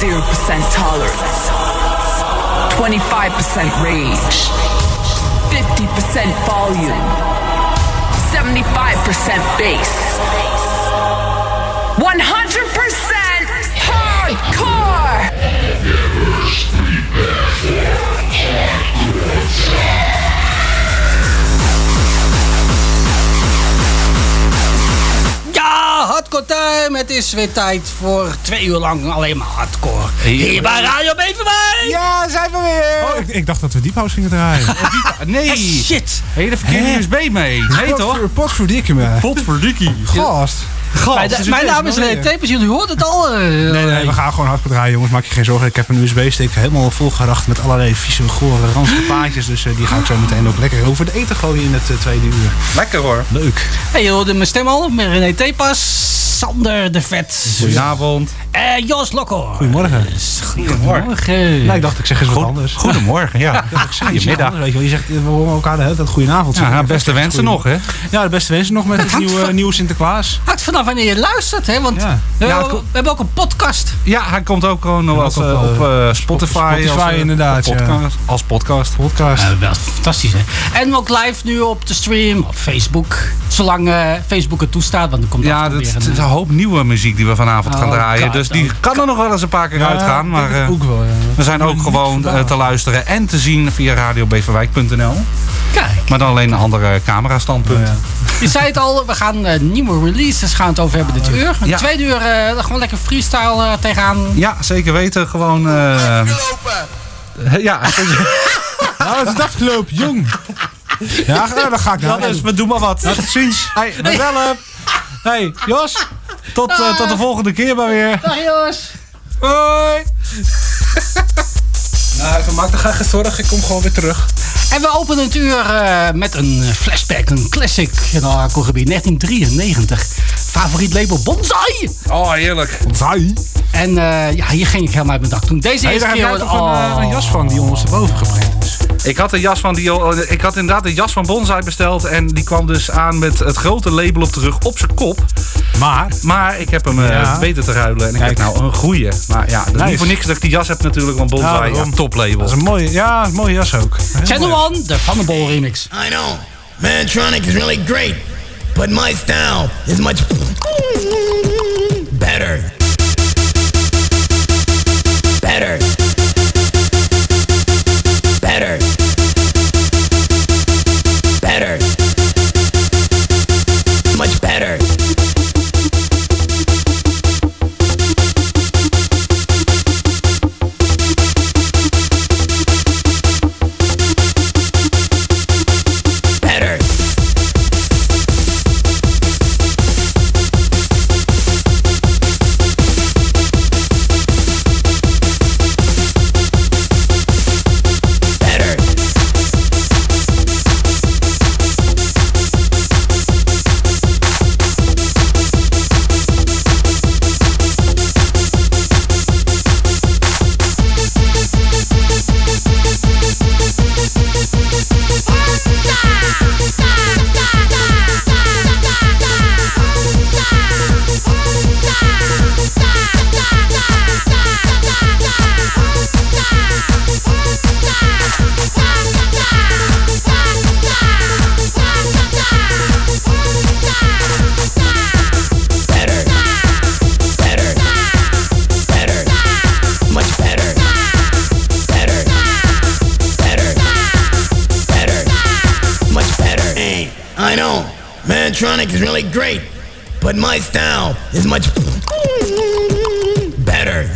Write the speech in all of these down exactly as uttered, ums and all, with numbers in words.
zero percent tolerance, twenty-five percent rage, fifty percent volume, seventy-five percent bass, one hundred percent hardcore. Ja, hardcore time. Het is weer tijd voor twee uur lang alleen maar hardcore. Hier bij Radio Beverwijk. Ja, zijn we weer. Oh, ik, ik dacht dat we Deep House gingen draaien. Oh, diep, nee. Hey, shit. Heb je de verkeerde U S B mee? Nee, toch? Potverdikkie me. Potverdikkie. Gast. Gast. Mijn, Dus mijn naam is René Tepers, jullie hoorden het al. Uh, Nee, nee, we gaan gewoon hardcore draaien, jongens. Maak je geen zorgen. Ik heb een U S B-stick helemaal volgeracht met allerlei vieze, gore, ranzige plaatjes. Dus uh, die ga ik zo meteen ook lekker over de eten gooien in het uh, tweede uur. Lekker hoor. Leuk. Hey, je hoorde mijn stem al. Met René Tepers, Sander de Vet. Goedenavond. En uh, Jos Lokker. Goedemorgen. Goedemorgen. Nou, ik dacht, ik zeg eens wat Goed, anders. Goedemorgen, ja. Goedemiddag. Weet je, wel. Je zegt, we horen elkaar de hele tijd goedenavond. Ja, ja, beste wensen nog, hè? Ja, de beste wensen nog met het nieuwe, van- nieuwe Sinterklaas. Hangt vanaf wanneer je luistert, hè? Want Ja. we, Ja, hebben, het ko- we hebben ook een podcast. Ja, hij komt ook gewoon nog Ja, als, op, uh, uh, op uh, Spotify. Spotify als, uh, inderdaad, op podcast, Als podcast. Podcast. Uh, wel fantastisch, hè? En ook live nu op de stream, op Facebook. Zolang uh, Facebook het toestaat, want er komt Ja, af en toe het weer is een, een hoop nieuwe muziek die we vanavond gaan Oh, draaien. God, Dus die oh. kan er nog wel eens een paar keer uitgaan. Ja, Maar ik denk uh, het ook wel, ja. we zijn ook gewoon uh, te luisteren en te zien via radio beverwijk punt n l. Kijk, Maar dan alleen een andere camerastandpunt. Ja. je zei het al, we gaan uh, nieuwe releases gaan het over hebben dit uur. Een Ja. tweede uur uh, gewoon lekker freestyle uh, tegenaan. Ja, zeker weten. Gewoon... Uh, ja, Nou, het is afgelopen, jong. Ja, nou, dan ga ik nou. dus we doen maar wat. Tot ziens. Hey, Bellen. Hey, Jos. Tot, uh, tot de volgende keer maar weer. Dag Jos. Hoi. Nou, maak er graag geen zorgen. Ik kom gewoon weer terug. En we openen het uur uh, met een flashback, een classic in het hardcoregebied, negentien drieënnegentig. Favoriet label Bonsai. Oh, heerlijk. Zai. En uh, ja, hier ging ik helemaal uit mijn dak toen deze Hey, eerste daar heb keer jij hoorde. toch een, Oh. uh, een jas van die ondersteboven geprint is. Ik had, een jas van die, ik had inderdaad een jas van Bonsai besteld. En die kwam dus aan met het grote label op de rug op zijn kop. Maar, Maar ik heb hem uh, Ja. weten te ruilen. En ik Kijk. heb nou een goeie. Maar ja, dat is Nice. niet voor niks dat ik die jas heb natuurlijk. Want Bonsai, Ja, ja, daarom. toplabel. dat is een mooie, ja, een mooie jas ook. Heel Channel mooi. One, de Van der Bol remix. I know. Mantronic is really great, but my style is much better. Better. Better. Better. Much better. Better. Better. Better. Better. Better. Much better. Better. Better. Better. Much better. Hey, I know. Mantronic is really great, but my style is much better.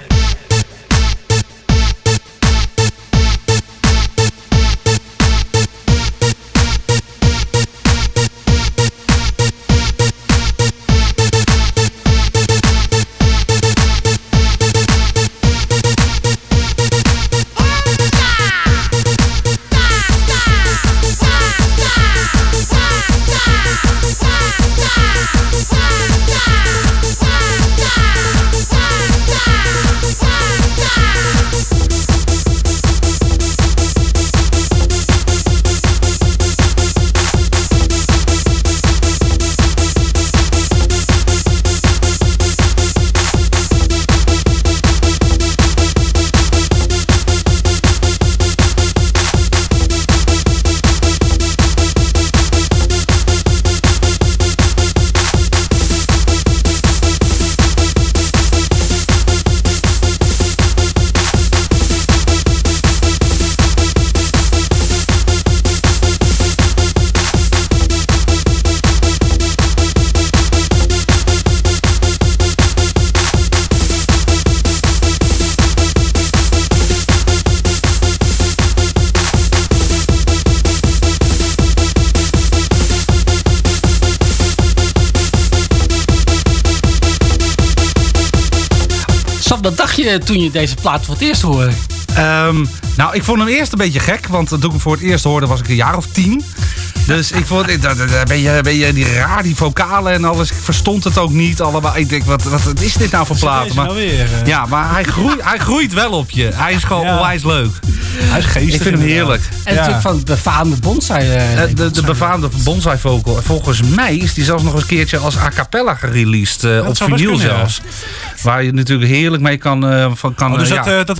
Sam, wat dacht je toen je deze plaat voor het eerst hoorde? Um, nou, ik vond hem eerst een beetje gek. Want toen ik hem voor het eerst hoorde was ik een jaar of tien. Dus ik vond, ik, ben, je, ben je die raar, die vocalen en alles. Ik verstond het ook niet allemaal. Ik denk, wat, wat is dit nou voor plaat? Maar, nou weer, uh... Ja, maar hij groeit, hij groeit wel op je. Hij is gewoon ja. onwijs leuk. Hij is geestig. Ik vind hem heerlijk. En Ja. natuurlijk van het befaamde bonsai. Uh, Uh, de, de befaamde bonsai vocal. Volgens mij is die zelfs nog eens een keertje als a cappella gereleased. Uh, op zou best vinyl kunnen, ja. zelfs. Waar je natuurlijk heerlijk mee kan... Uh, van, kan Oh, dus uh, dat, ja. uh, dat,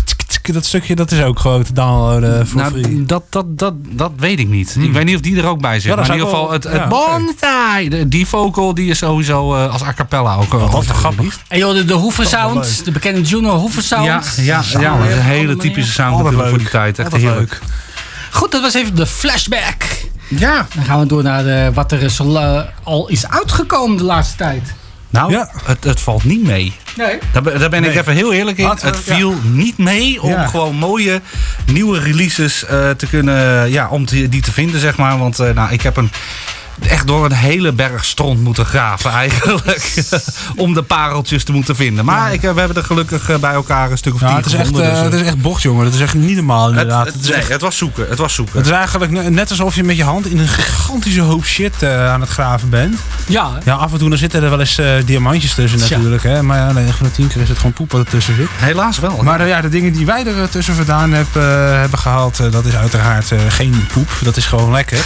dat stukje dat is ook gewoon te downloaden voor free. Nou, dat, dat, dat, dat weet ik niet. Hmm. Ik weet niet of die er ook bij zit. Ja, dat maar in zou ieder geval, ik het, wel- het ja, oké. bonsai, de- die vocal die is sowieso uh, als a cappella ook. Uh, Dat is grappig. En joh, de, de Hoeven Dat is wel Sound, de bekende Juno Hoeven Sound. Ja, ja, ja, dat is een hele typische sound Altijd natuurlijk voor die leuk. tijd. Echt Altijd heerlijk. leuk. Goed, dat was even de flashback. Ja. Dan gaan we door naar de, wat er zo, uh, al is uitgekomen de laatste tijd. Nou, Ja. het, het valt niet mee. Nee. Daar, ben- daar ben ik Nee. even heel eerlijk in. Laten we- Het viel niet mee om Ja. gewoon mooie nieuwe releases uh, te kunnen, ja, om te- die te vinden, zeg maar. Want uh, nou, ik heb een echt door een hele berg stront moeten graven eigenlijk. Om de pareltjes te moeten vinden. Maar ik, uh, we hebben er gelukkig uh, bij elkaar een stuk of Ja, tien het is echt, gevonden. uh, dus, uh, het is echt bocht, jongen. Dat is echt niet normaal, het, inderdaad. het, Het is nee, echt- het was zoeken. Het was zoeken. Het is eigenlijk ne- net alsof je met je hand in een gigantische hoop shit uh, aan het graven bent. Ja, Ja, af en toe dan zitten er wel eens uh, diamantjes tussen Tja. natuurlijk. Hè? Maar ja, negen van de tien keer is het gewoon poep wat er tussen zit. Helaas wel. Maar uh, ja, de dingen die wij er uh, tussen vandaan heb, uh, hebben gehaald, uh, dat is uiteraard uh, geen poep. Dat is gewoon lekker.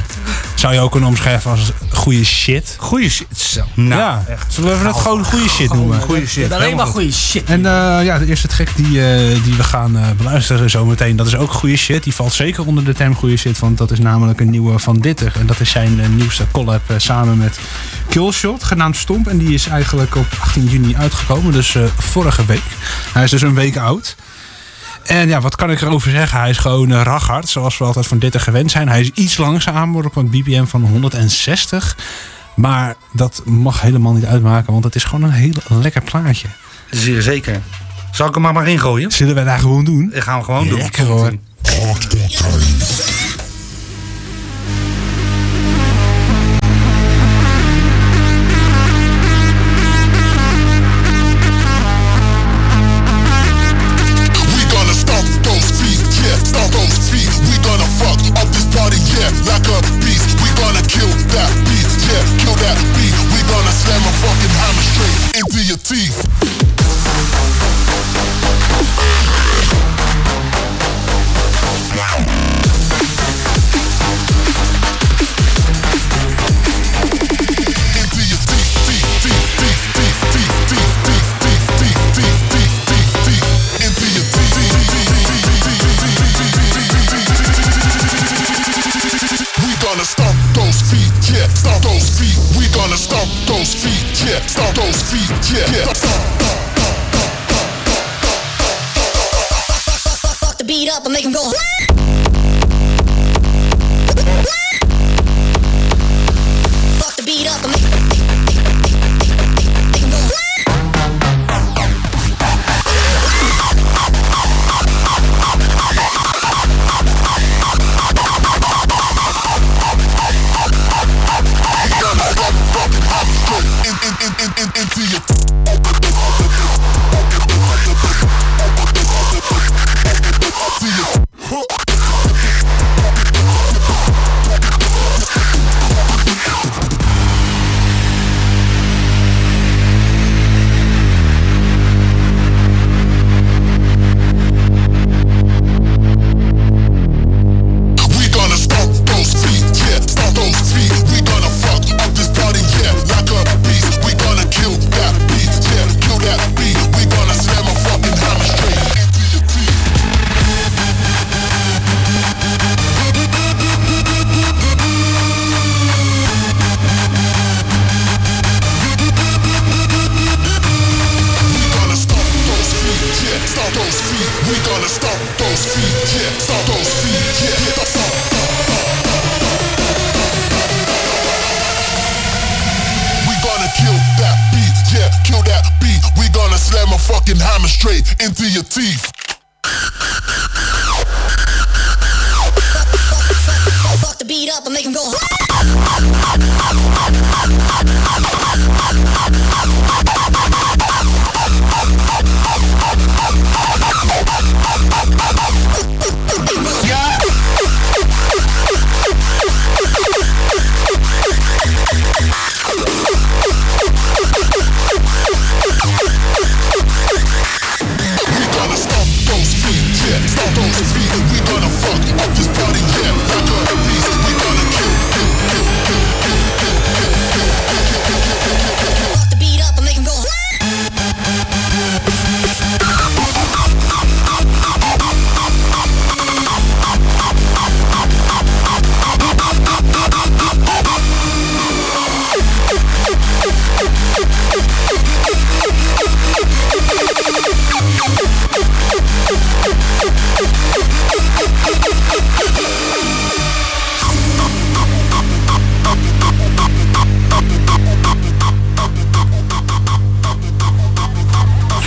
Zou je ook kunnen omschrijven als goede shit. Goeie shit. Zo. Nou, ja, echt. zullen we even dat gewoon goede shit noemen? Goeie shit. alleen maar Helemaal goede shit. En uh, ja, de eerste track die, uh, die we gaan uh, beluisteren zometeen, dat is ook goede shit. Die valt zeker onder de term goede shit, want dat is namelijk een nieuwe van Ditter. En dat is zijn uh, nieuwste collab uh, samen met Killshot, genaamd Stomp. En die is eigenlijk op achttien juni uitgekomen, dus uh, vorige week. Hij is dus een week oud. En ja, wat kan ik erover zeggen? Hij is gewoon uh, raghard, zoals we altijd van Ditter gewend zijn. Hij is iets langzamer op een B P M van honderdenzestig. Maar dat mag helemaal niet uitmaken, want het is gewoon een heel lekker plaatje. Zeer zeker. Zal ik hem maar maar ingooien? Zullen we daar gewoon doen? Dat gaan we gewoon doen. Lekker hoor. We gonna stomp those feet, yeah, stomp those feet. We gonna fuck up this party, yeah, like a beast. We gonna kill that beat, yeah, kill that beat. We gonna slam a fucking hammer straight into your teeth. Into your teeth, teeth, teeth, teeth, teeth, teeth, teeth, teeth, teeth, teeth, teeth, teeth, teeth, teeth. Into your teeth. We gonna stomp those feet, yeah, stomp those feet. We gonna stomp those feet, yeah, stomp those feet, yeah. yeah. Fuck the beat up and make him go. Fuck the beat up and make, make him go. In, in, in, in, in, into your We gonna stomp those feet, yeah, stomp those feet. We gonna fuck up this party, yeah, like a beast. We gonna kill that beat, yeah, kill that beat. We gonna slam a fucking hammer straight into your teeth. We gonna stomp those feet, yeah, stomp those feet. We gonna stomp those feet, yeah, stomp those feet, yeah. Stomp. We gonna kill that beat, yeah, kill that beat. We gonna slam a fucking hammer straight into your teeth. Fuck the beat up and make him go.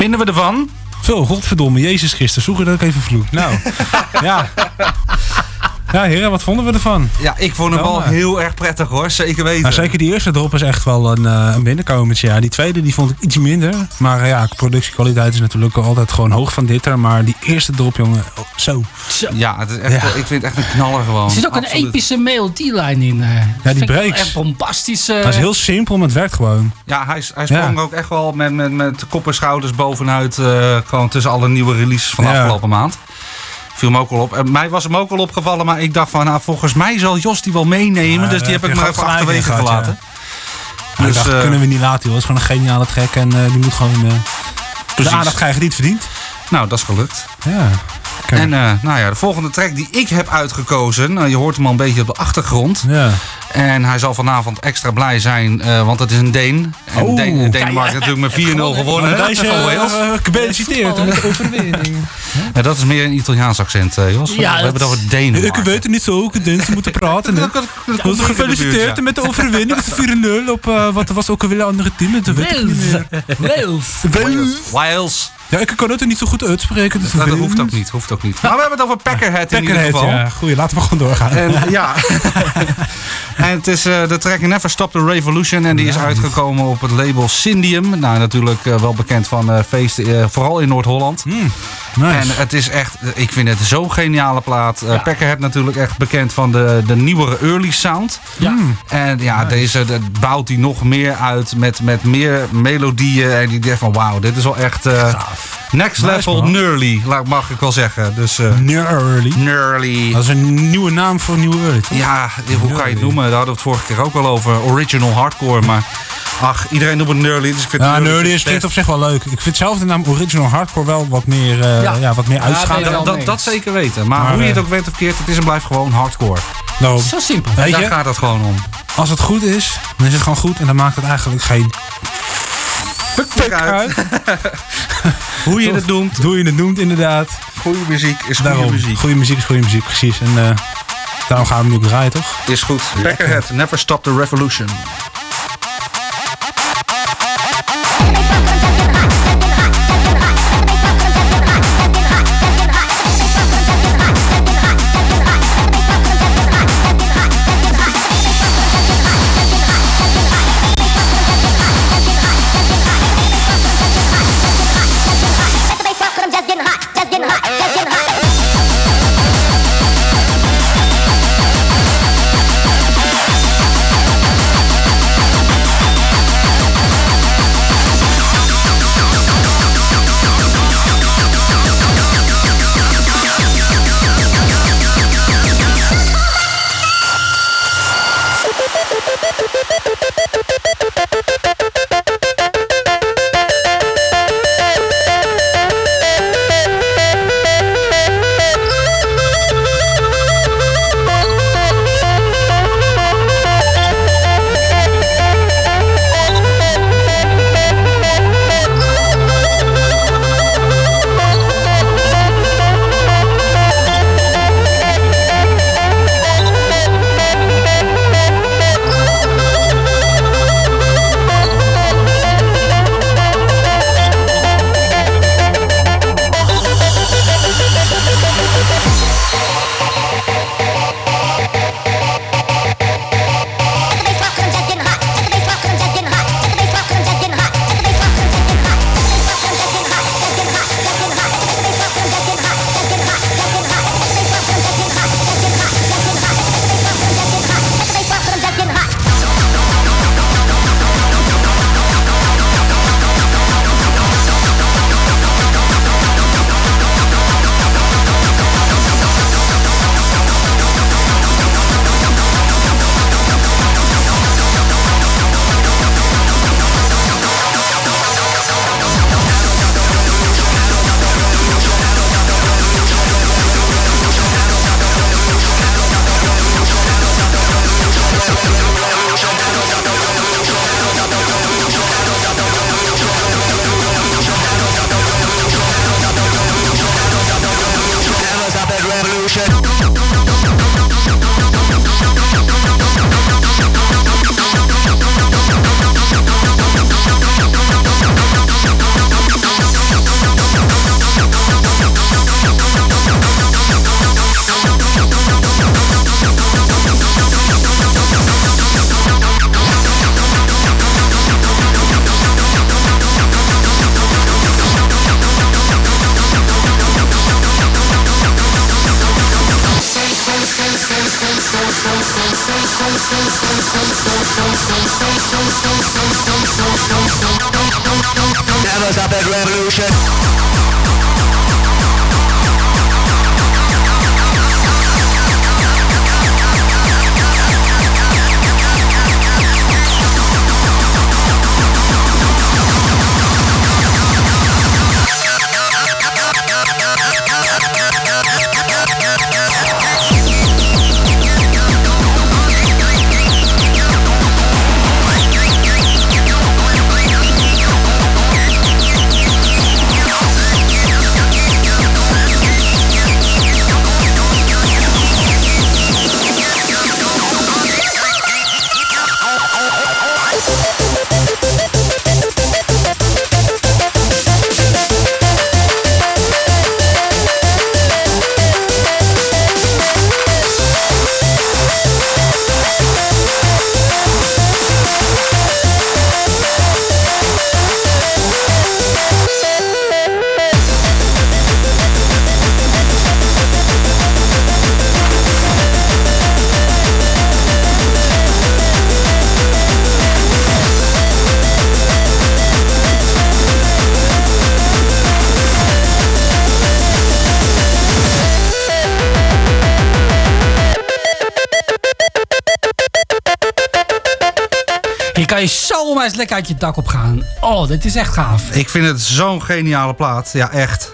vinden we ervan? Zo, godverdomme, Jezus Christus, zoeken dat ik even vloek. Nou, ja. Ja, heren, wat vonden we ervan? Ja, ik vond hem Wel, wel maar. heel erg prettig hoor, zeker weten. Nou, zeker die eerste drop is echt wel een, uh, een binnenkomertje. Ja, die tweede die vond ik iets minder. Maar uh, ja, productiekwaliteit is natuurlijk altijd gewoon hoog van dit er. Maar die eerste drop, jongen, oh, zo. Ja, het is echt, Ja. ik vind het echt een knaller gewoon. Er zit ook Absoluut. een epische melodielijn in. Uh, die vind ik breaks. Echt bombastisch. Uh, Hij is heel simpel, maar het werkt gewoon. Ja, hij, hij sprong Ja. ook echt wel met, met, met kop en schouders bovenuit. Uh, gewoon tussen alle nieuwe releases van de Ja. afgelopen maand. Viel me ook al op. En mij was hem ook al opgevallen, maar ik dacht van, nou, volgens mij zal Jos die wel meenemen. Ja, dus die daar heb ik heb je maar even gelijk in achterwege gehad, gelaten. Maar Dus, ik dacht, eh, kunnen we niet laten, joh. Het is gewoon een geniale track en uh, die moet gewoon uh, de Precies. aandacht krijgen die het verdient. Nou, dat is gelukt. Ja. Oké. En uh, nou ja, de volgende track die ik heb uitgekozen, uh, je hoort hem al een beetje op de achtergrond. Ja. En hij zal vanavond extra blij zijn, uh, want het is een Deen. En Oh. Deen, Denemarken natuurlijk met vier nul gewonnen. Maar deze van Wales. uh, gefeliciteerd met de overwinning. Ja, dat is meer een Italiaans accent, uh, Jos. Ja, we hebben het dat- over Denemarken. Ik weet het niet zo, ik denk ze moeten praten. hè. Dat- dat- dat komt Dus niet in de gefeliciteerd buurt, ja. met de overwinning. Het is vier nul op, uh, wat was ook alweer een andere team. Dat weet ik niet Wales. meer. Wales. Wales. Ja, ik kan het er niet zo goed uitspreken. Dus Dat, dat Wales. hoeft ook niet, hoeft ook niet. Maar we hebben het over Peckerhead in ieder Peckerhead, geval. ja. Goeie, laten we gewoon doorgaan. En ja, en het is uh, de track Never Stop the Revolution. En die is uitgekomen op het label Syndium. Nou, natuurlijk uh, wel bekend van uh, feesten, uh, vooral in Noord-Holland. Mm, nice. En het is echt, ik vind het zo'n geniale plaat. Uh, Peckerhead natuurlijk echt bekend van de, de nieuwere early sound. Ja. En ja, deze de, bouwt hij nog meer uit met, met meer melodieën. En die denkt van wauw, dit is wel echt uh, next Nice, level man. nerly, mag ik wel zeggen. Dus uh, Nearly. nerly. Dat is een nieuwe naam voor een nieuwe early, toch? Ja, hoe kan je het noemen? Daar hadden we het vorige keer ook al over. Original hardcore, maar ach, iedereen noemt het nerly. Dus ik vind Ja, nerly nerdy is best. klinkt op zich wel leuk. Ik vind zelf de naam original hardcore wel wat meer, uh, Ja. ja. wat meer ben ik uitschalen. wel Dat, dat, mee dat eens. zeker weten. Maar, Maar, hoe je het eh, ook weet of keert, het is en blijft gewoon hardcore. Nou, Zo simpel. weet Daar je, gaat het gewoon om. als het goed is, dan is het gewoon goed. En dan maakt het eigenlijk geen Fuck uit. Hoe je het noemt. Hoe je het noemt, inderdaad. Goede muziek is goede Daarom, muziek. goede muziek is goede muziek, precies. En uh, daarom gaan we hem nu ook draaien, toch? Is goed. Peckerhead, Never Stop the Revolution. Just getting hot. Never stop that revolution. Kan je zomaar eens lekker uit je dak op gaan. Oh, dit is echt gaaf. Ik vind het zo'n geniale plaat. Ja, echt.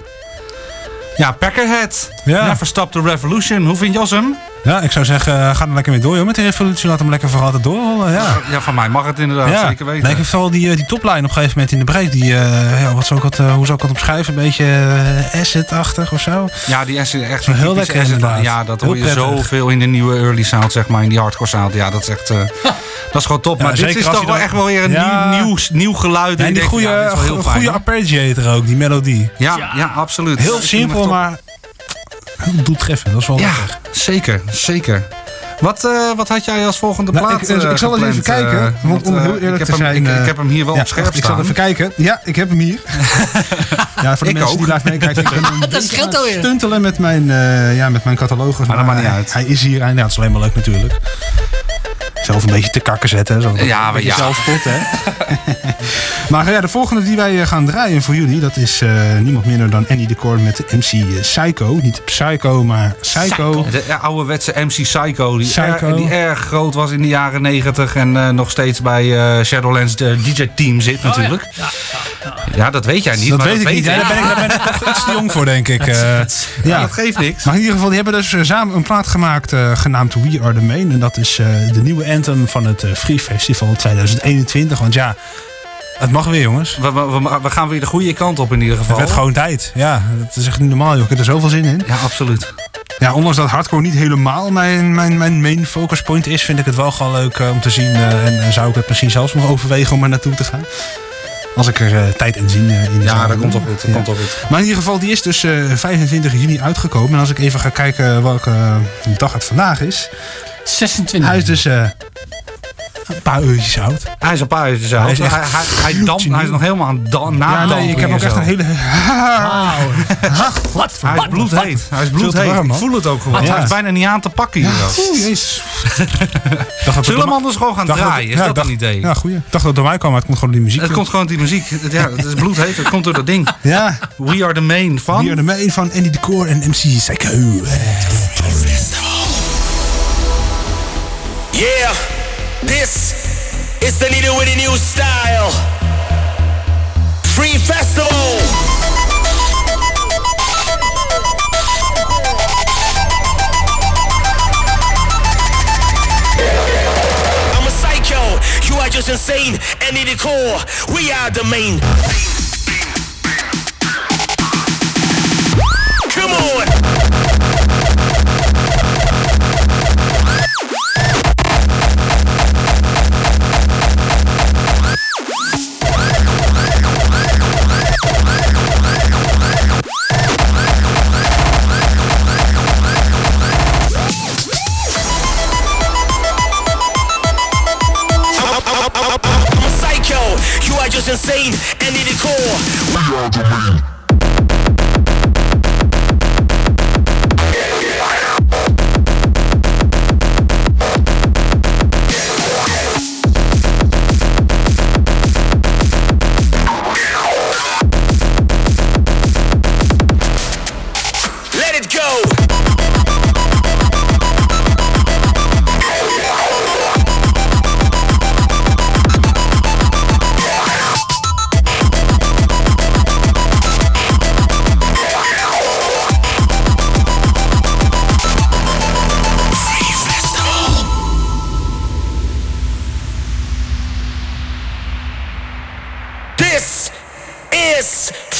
Ja, Peckerhead. Ja. Never Stop the Revolution. Hoe vind Jos hem? Ja, ik zou zeggen, uh, ga er lekker mee door, joh. Met de revolutie, laat hem lekker voor altijd doorrollen. Ja, Ja, van mij mag het inderdaad, ja. zeker weten. Nee, ik heb vooral die, uh, die toplijn op een gegeven moment in de break. Die, uh, ja, wat zou ik dat, uh, hoe zou ik dat omschrijven? Een beetje uh, acid-achtig of zo. Ja, die is echt Zo heel typisch lekker acid. inderdaad. Ja, dat Heel hoor je prettig. zoveel in de nieuwe early sound, zeg maar. In die hardcore sound. Ja, dat is echt... Uh, dat is gewoon top. Ja, maar dit zeker is als toch je wel dan- echt wel weer een Ja. nieuw, nieuw, nieuw geluid. En je die denkt, goede, ja, dit is wel heel fijn, goede hoor. arpeggiator ook, die melodie. Ja, ja, absoluut. Heel Ik vind hem simpel, echt top. maar heel doeltreffend. Dat is wel Ja, lekker. zeker, zeker. Wat, uh, wat had jij als volgende Nou, plaat ik, ik, uh, ik zal eens even gepland, kijken, uh, want om uh, heel ik eerlijk heb te hem- zijn... Ik, uh, ik heb hem hier wel ja, op scherp wacht, ik zal staan. even kijken. Ja, ik heb hem hier. Ja, voor de Ik mensen ook. die live meekijken. Ik ben een Dat beetje scheelt aan het alweer. stuntelen met mijn, uh, ja, met mijn catalogus. Maar dat maakt niet hij, uit. Hij is hier. En, ja, dat is alleen maar leuk natuurlijk. Zelf een beetje te kakken zetten. Zo, Ja, maar een beetje ja. zelfspot, hè. Maar ja, de volgende die wij uh, gaan draaien voor jullie... dat is uh, niemand minder dan Annie de Korn met de M C Psycho. Niet Psycho, maar Psycho. De ja, ouderwetse M C Psycho, die, Psycho. Er, die erg groot was in de jaren negentig en uh, nog steeds bij uh, Shadowlands de D J-team zit natuurlijk. Oh, ja. Ja, ja. Ja, dat weet jij niet, Dat maar weet dat ik niet. weet Ja, ik. daar, ben ik, daar ben ik toch iets te jong voor, denk ik. Uh, Ja, ja. dat geeft niks. Maar in ieder geval, die hebben dus uh, samen een plaat gemaakt uh, genaamd We Are The Main. En dat is uh, de nieuwe anthem van het uh, Free Festival twintig eenentwintig. Want ja, het mag weer, jongens. We, we, we- we gaan weer de goede kant op in ieder Het geval. werd gewoon tijd. Ja, dat is echt niet normaal, joh. Ik heb er zoveel zin in. Ja, absoluut. Ja, ondanks dat hardcore niet helemaal mijn, mijn, mijn main focus point is, vind ik het wel gewoon leuk uh, om te zien. Uh, en, en zou ik het misschien zelfs nog overwegen om er naartoe te gaan. Als ik er uh, tijd en zin uh, in Ja, zou dat hebben. komt toch goed. Dat Ja. komt toch goed. Maar in ieder geval, die is dus uh, vijfentwintig juni uitgekomen. En als ik even ga kijken welke uh, dag het vandaag is. zesentwintig. Hij is dus uh, een paar uurtjes oud. Hij is een paar uurtjes oud. Hij is Hij, echt hij, hij, dampt, hij is nog helemaal aan het dan, Ja, nadampen nee, ik heb en ook echt zo. een hele... Wat? Hij is bloedheet. Hij is bloedheet. warm, Ik man. voel het ook gewoon. Ja. Hij is bijna niet aan te pakken hier. ook. Oeh, jezus. Zullen we hem anders gewoon gaan draaien? Is dat een idee? Ja, goeie. Ik dacht dat het door mij kwam, maar het komt gewoon door die muziek. Het komt gewoon die muziek. Het- Ja, het is bloedheet. Het komt door dat ding. Ja, We Are The Main van... hier de main van Andy de Koor en M C Psycho. Yeah, this is the leader with a new style. Free Festival. I'm a psycho, you are just insane. Any the core, we are the main. Come on. I'm a psycho, you are just insane. Any the core, we are the main.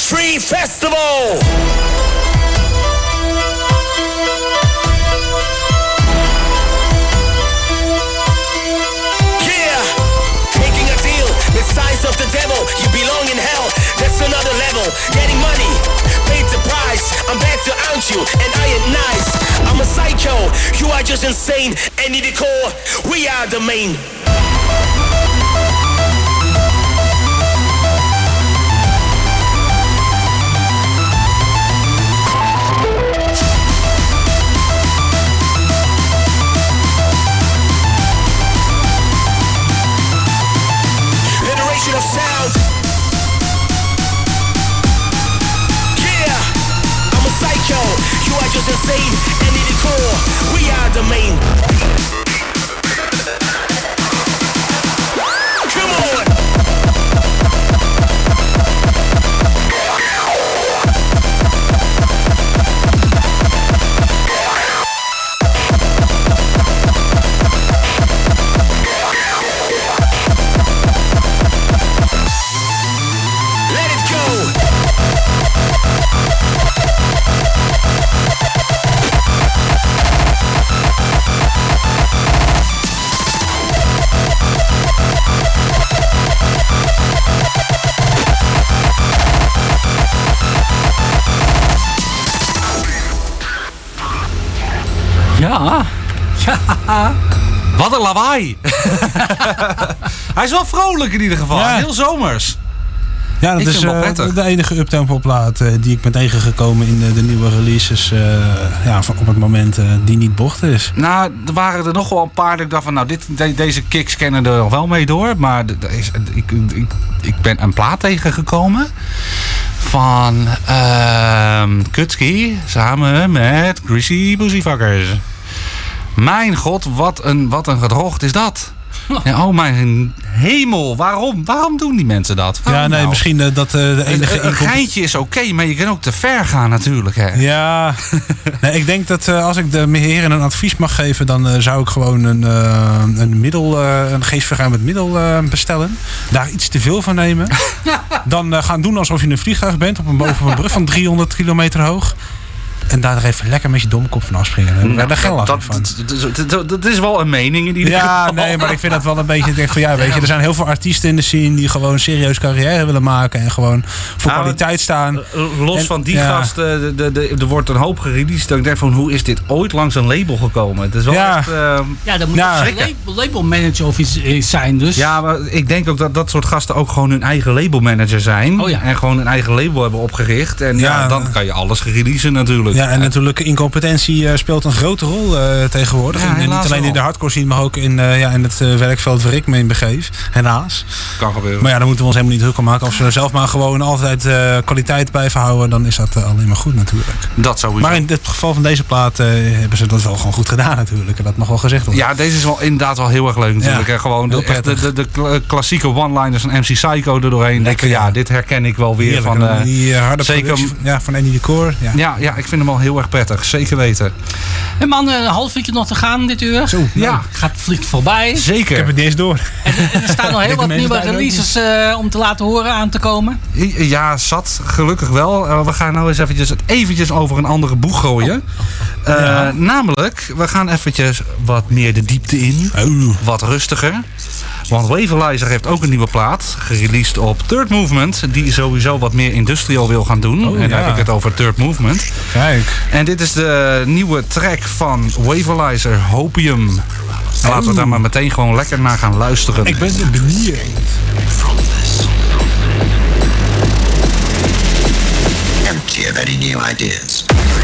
Street Festival. Yeah, making a deal with signs of the devil. You belong in hell, that's another level. Getting money, paid the price. I'm back to haunt you, and I ain't nice. I'm a psycho, you are just insane. Any decor, we are the main. Of sound. Yeah, I'm a psycho. You are just insane. And in the core, we are the main. Come on. Ja. Ja. Wat een lawaai. Hij is wel vrolijk in ieder geval. Ja. Heel zomers. Ja, dat Ik is vind hem wel uh, prettig. de enige uptempo plaat uh, die ik ben tegengekomen in de, de nieuwe releases uh, ja, van, op het moment uh, die niet bochten is. Nou, er waren er nog wel een paar dat ik dacht van, nou, dit, de- deze kicks kennen er nog wel mee door. Maar de- de is, ik, ik, ik ben een plaat tegengekomen van ehm Kutski samen met Greasy Pussyfuckers. Mijn god, wat een, wat een gedrocht is dat. Ja, oh mijn hemel, waarom? Waarom doen die mensen dat? Waarom Ja, nee, nou? misschien uh, dat uh, de enige... Een, een incom- geintje is oké, maar je kan ook te ver gaan natuurlijk. Hè? Ja, nee, ik denk dat uh, als ik de heren een advies mag geven, dan uh, zou ik gewoon een, uh, een middel, uh, een geestverruimend middel uh, bestellen. Daar iets te veel van nemen. Dan uh, gaan doen alsof je in een vliegtuig bent op een, boven op een brug van driehonderd kilometer hoog. En daar even lekker met je domkop van afspringen. Daar heb ik daar geen last dat, van. dat, dat, dat- dat is wel een mening in ieder Ja, geval. nee, maar ik vind dat wel een beetje... Ik denk van ja, weet je, er zijn heel veel artiesten in de scene die gewoon serieus carrière willen maken en gewoon voor Nou, kwaliteit staan. Los En- van die ja. gasten, de, de, de, er wordt een hoop gereleased. Dat ik denk van, hoe is dit ooit langs een label gekomen? Het is wel Ja. echt... eh, Ja, dat moet Ja. een label, label manager of iets eh, zijn. Dus. ja, maar ik denk ook dat dat soort gasten ook gewoon hun eigen labelmanager zijn. Oh ja. En gewoon hun eigen label hebben opgericht. En ja, Ja. dan kan je alles gereleasen natuurlijk. Ja, en natuurlijk incompetentie eh, speelt een grote rol eh, tegenwoordig. Ja, En- en helaas niet alleen wel. in de hardcore scene, maar ook in, eh, ja, in het eh, werkveld waar ik me in begeef. Helaas. Kan gebeuren. Maar ja, daar moeten we ons helemaal niet druk om maken. Als we er zelf maar gewoon altijd eh, kwaliteit blijven houden, dan is dat eh, alleen maar goed natuurlijk. Dat sowieso. Maar in het geval van deze plaat eh, hebben ze dat wel gewoon goed gedaan natuurlijk. En dat mag wel gezegd worden. Ja, deze is wel inderdaad wel heel erg leuk natuurlijk. Ja, hè. Gewoon de, heel echt de, prettig. de, de kla- klassieke one-liners van M C Psycho er doorheen. Denk ik, ja. ja, dit herken ik wel weer Heerlijk, van... en eh, die eh, harde zeker- productie van- ja, van Andy Decor. Ja. ja, ja, ik vind hem al heel erg prettig. Zeker weten. En man, een half uurtje nog te gaan dit uur. Zo, Ja. nou, Gaat vliegt voorbij. Zeker. ik heb het niet eens door. En er staan nog heel Denken wat mensen nieuwe daar ook releases eh, om te laten horen aan te komen. Ja, zat. Gelukkig wel. Uh, we gaan nou eens eventjes, het eventjes over een andere boeg gooien. Uh, Ja. Namelijk, we gaan eventjes wat meer de diepte in. Oh. Wat rustiger. Want Waverizer heeft ook een nieuwe plaat. Gereleased op Third Movement. Die sowieso wat meer industrial wil gaan doen. Oh, en dan ja. heb ik het over Third Movement. Kijk. En dit is de nieuwe track van Waverizer, Hopium. Laten we daar maar meteen gewoon lekker naar gaan luisteren. Ik ben benieuwd. Empty of any new ideas.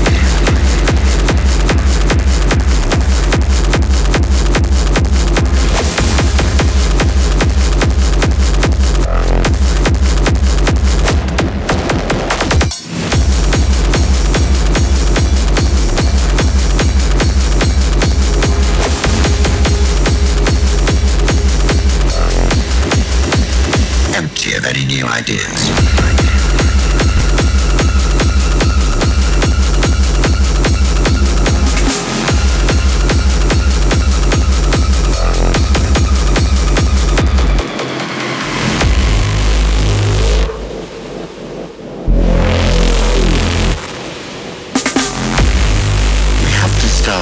Empty of any new ideas.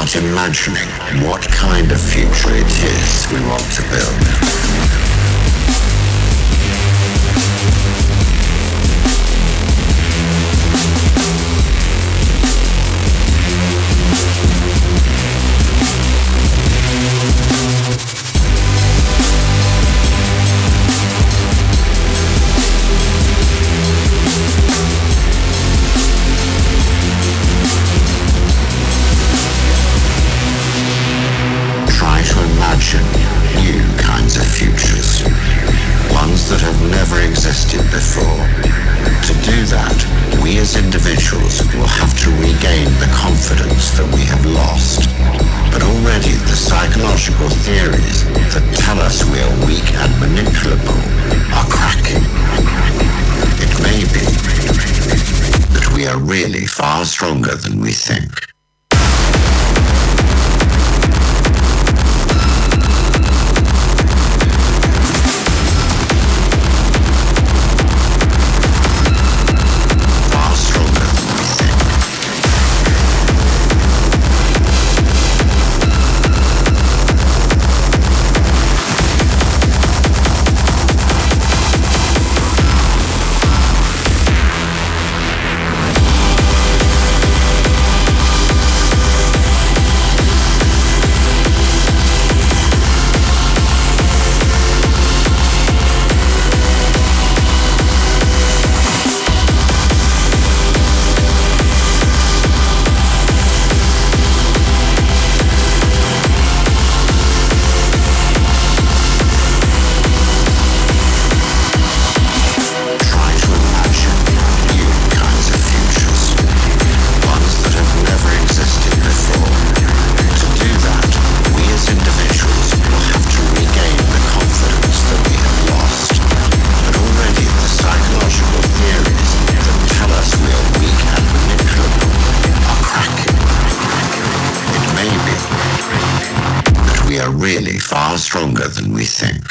start imagining what kind of future it is we want to build. New kinds of futures, ones that have never existed before. To do that, we as individuals will have to regain the confidence that we have lost. But already the psychological theories that tell us we are weak and manipulable are cracking. It may be that we are really far stronger than we think. Stronger than we think.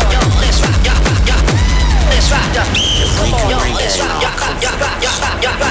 Yeah.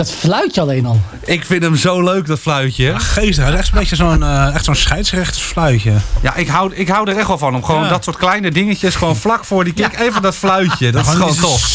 dat fluitje alleen al. Ik vind hem zo leuk, dat fluitje. Ja, geestig. Hij is echt een beetje zo'n uh, echt zo'n scheidsrechtersfluitje. Ja, ik hou, ik hou er echt wel van. Om gewoon Ja. dat soort kleine dingetjes, gewoon vlak voor die kick, even dat fluitje. Dat is gewoon tof.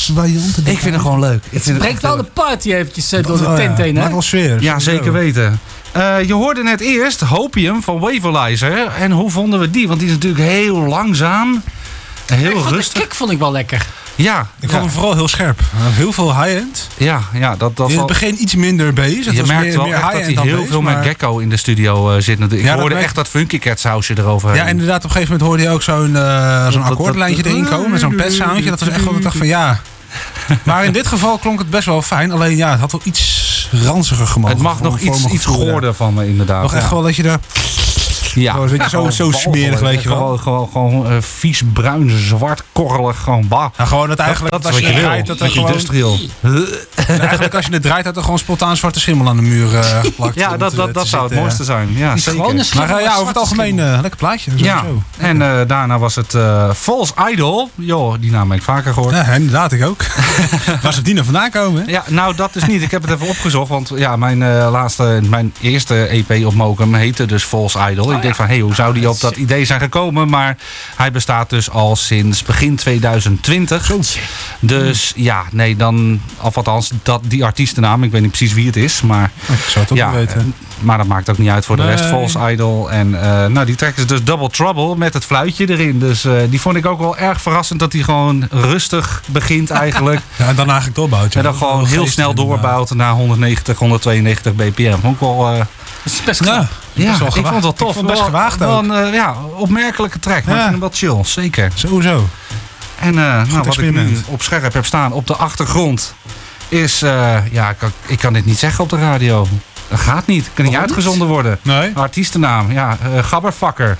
Ik vind het gewoon leuk. Ik vind Brengt wel de party eventjes uh, door de Oh, tent ja. heen, hè? Maakt wel sfeer. Ja, zeker weten. Uh, je hoorde net eerst Hopium van Waverizer. En hoe vonden we die? Want die is natuurlijk heel langzaam. En heel Ik vond rustig. De kick vond ik wel lekker. Ja, Ik ja. vond hem vooral heel scherp. Heel veel high-end. Ja, ja, dat, dat In wel- het begin iets minder bass. Het je was merkt meer, wel meer echt dat high-end hij dan heel bass, veel maar- met Gecko in de studio uh, zit. Ik Ja, dat hoorde merk- echt dat Funky Cat sausje erover. Ja, inderdaad. Op een gegeven moment hoorde je ook zo'n uh, zo'n dat- akkoordlijntje dat- erin komen. Met zo'n pet soundje. Dat was echt wel, ik dacht van ja. Maar in dit geval klonk het best wel fijn. Alleen ja, het had wel iets ranziger gemogen. Het mag voor- nog voor iets, mijn iets gevoel, ja. goorder van me, inderdaad. Nog echt ja. wel dat je daar... Ja. Zo, weet je, zo- gewoon zo smerig, walgelijk. weet je wel. Gewoon, gewoon, gewoon uh, vies, bruin, zwart, korrelig. Gewoon bah. Nou, gewoon dat eigenlijk... dat, dat als is wat je wil. draait, dat er Met gewoon, industrial. eigenlijk als je het draait, dat er gewoon spontaan zwarte schimmel aan de muur uh, geplakt. Ja, komt, dat, uh, dat, te dat zou het zitten. mooiste zijn. Ja, zeker. Gewoon een Maar uh, ja, over het algemeen uh, lekker plaatje. Ja, Sowieso. en uh, daarna was het uh, False Idol. Jo, die naam heb ik vaker gehoord. Ja, inderdaad, ik ook. Waar zou die nou vandaan komen? Hè? Ja, nou dat is niet. Ik heb het even opgezocht. Want ja, mijn, uh, laatste, mijn eerste E P op Mokum heette dus False Idol. Ik denk van, hé, hey, hoe zou die op dat idee zijn gekomen? Maar hij bestaat dus al sinds begin tweeduizend twintig. Dus ja, nee, dan... Of althans, dat, die artiestennaam. Ik weet niet precies wie het is. Maar Ik zou het ook ja, niet weten. maar dat maakt ook niet uit voor de Nee. rest. False Idol. En uh, nou, die track is dus Double Trouble met het fluitje erin. Dus uh, die vond ik ook wel erg verrassend dat hij gewoon rustig begint eigenlijk. Ja, en dan eigenlijk doorbouwt. Ja. En dan gewoon heel snel doorbouwt naar honderdnegentig, honderdtweeënnegentig bpm. Vond ik wel... Uh, Dat is best Ja, ja, best wel ik gewaagd. vond het wel tof. Ik vond het best Wel- gewaagd wel ook. een uh, ja, opmerkelijke track. Maar Ja. ik vind hem wel chill, zeker. Sowieso. En uh, nou, wat ik nu experiment. op scherp heb staan op de achtergrond is... Uh, ja, ik kan, ik kan dit niet zeggen op de radio. Dat gaat niet. Kan niet Waarom uitgezonden worden. Nee. Artiestennaam, ja, uh, Gabberfakker.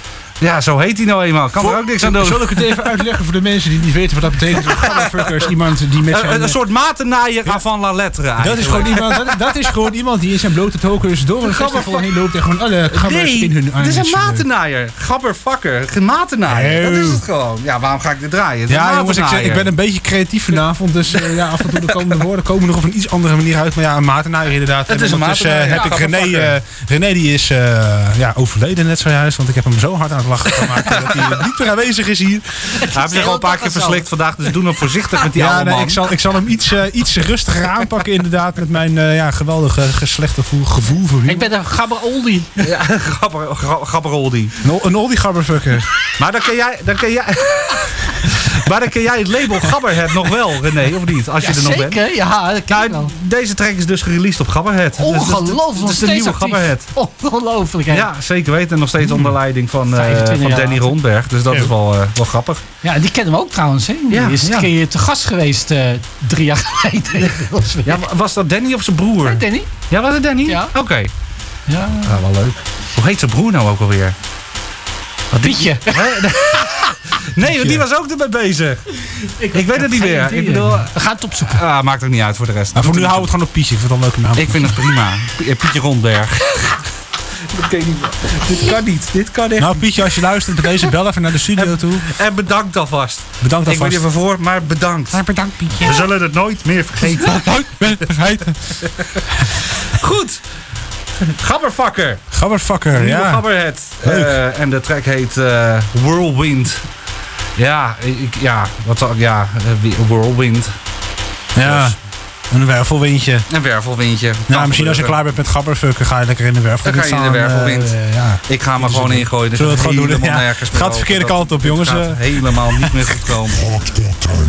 Ja, zo heet hij nou eenmaal. Kan er ook niks aan doen. Zal ik het even uitleggen voor de mensen die niet weten wat dat betekent? Een gabberfucker is iemand die met Een, zijn... een soort matennaaier van la lettre eigenlijk. Dat is, gewoon iemand, dat, dat is gewoon iemand die in zijn blote tokens door een festival heen loopt en gewoon alle gabbers Nee, in hun het is een armen- matenaaier. Gabberfakker. Geen matenaaier. Nee. Dat is het gewoon. Ja, waarom ga ik dit draaien? Het is Ja een jongens, ik, zeg, ik matenaaier. ben een beetje creatief vanavond, dus uh, ja, af en toe de komende woorden komen nog op een iets andere manier uit. Maar ja, een matenaaier inderdaad. Het En is een ondertussen, matenaaier, heb ja, ik René, gabberfakker. uh, René die is uh, ja, overleden net zojuist, want ik heb hem zo hard aan het lachen gemaakt dat hij niet meer aanwezig is hier. Hij heeft zich al een paar keer verslikt vandaag, dus doen hem voorzichtig met die Ja, oude nee, man. ik zal, ik zal hem iets, uh, iets rustiger aanpakken inderdaad met mijn uh, ja, geweldige geslechte gevoel, gevoel voor Ik u. ben een gabber oldie. Ja, gabber, gra- gabberoldi. Een, een oldie gabberfucker. Maar dan ken jij... Dan ken jij maar dan ken jij het label Gabberhead nog wel, René, of niet? Als je Ja, er nog bent. zeker. Ja, dat ken ik Nou, wel. deze track is dus gereleased op Gabberhead. Dus dat is de- Ongelooflijk. Dat is de nieuwe Gabberhead. Ongelooflijk. hè. Ja, zeker weten. En nog steeds onder leiding van, uh, vijfentwintig van jaar Danny later. Rondberg. Dus dat is wel, uh, wel grappig. Ja, die kennen we ook trouwens. Hè. Die Ja, is ja. een keer te gast geweest uh, drie jaar geleden. Ja, wa- was dat Danny of zijn broer? Hey, Danny? Ja, was het Danny? Ja. Oké. Ja. Ja, wel leuk. Hoe heet zijn broer nou ook alweer? Pietje. Nee, want die was ook erbij bezig. Ik, weet het niet meer. Ik bedoel, We gaan het opzoeken. ah, maakt ook niet uit voor de rest. Maar voor nu houden we het gewoon op Pietje. Ik vind het wel een leuke naam. Ik vind het prima. P- Pietje Rondberg. Dat kan niet. Dit kan niet. Dit kan echt. Nou Pietje, als je luistert, bij deze bel even naar de studio toe. En bedankt alvast. Bedankt Ik weet alvast. niet waarvoor, maar bedankt. Bedankt, Pietje. We zullen het nooit meer vergeten. Vergeten. Goed. Gabberfakker. Gabberfucker, Nieuwe ja. Gabberhead. Leuk. Uh, en de track heet uh, Whirlwind. Ja, ik, ja, wat zal- ja, uh, wie- Whirlwind. Ja, een wervelwindje. Een wervelwindje. Nou, Kan misschien als je gebeuren. klaar bent met gabberfucken, ga je lekker in de wervelwind Dan ga je in de staan, wervelwind. eh, ja. Ik ga me gewoon ingooien. Dus Zullen we het gewoon doen? helemaal Ja. nergens Het meer gaat de verkeerde over. kant op, Het jongens. gaat Eh. helemaal niet meer goed komen. Hardcore time.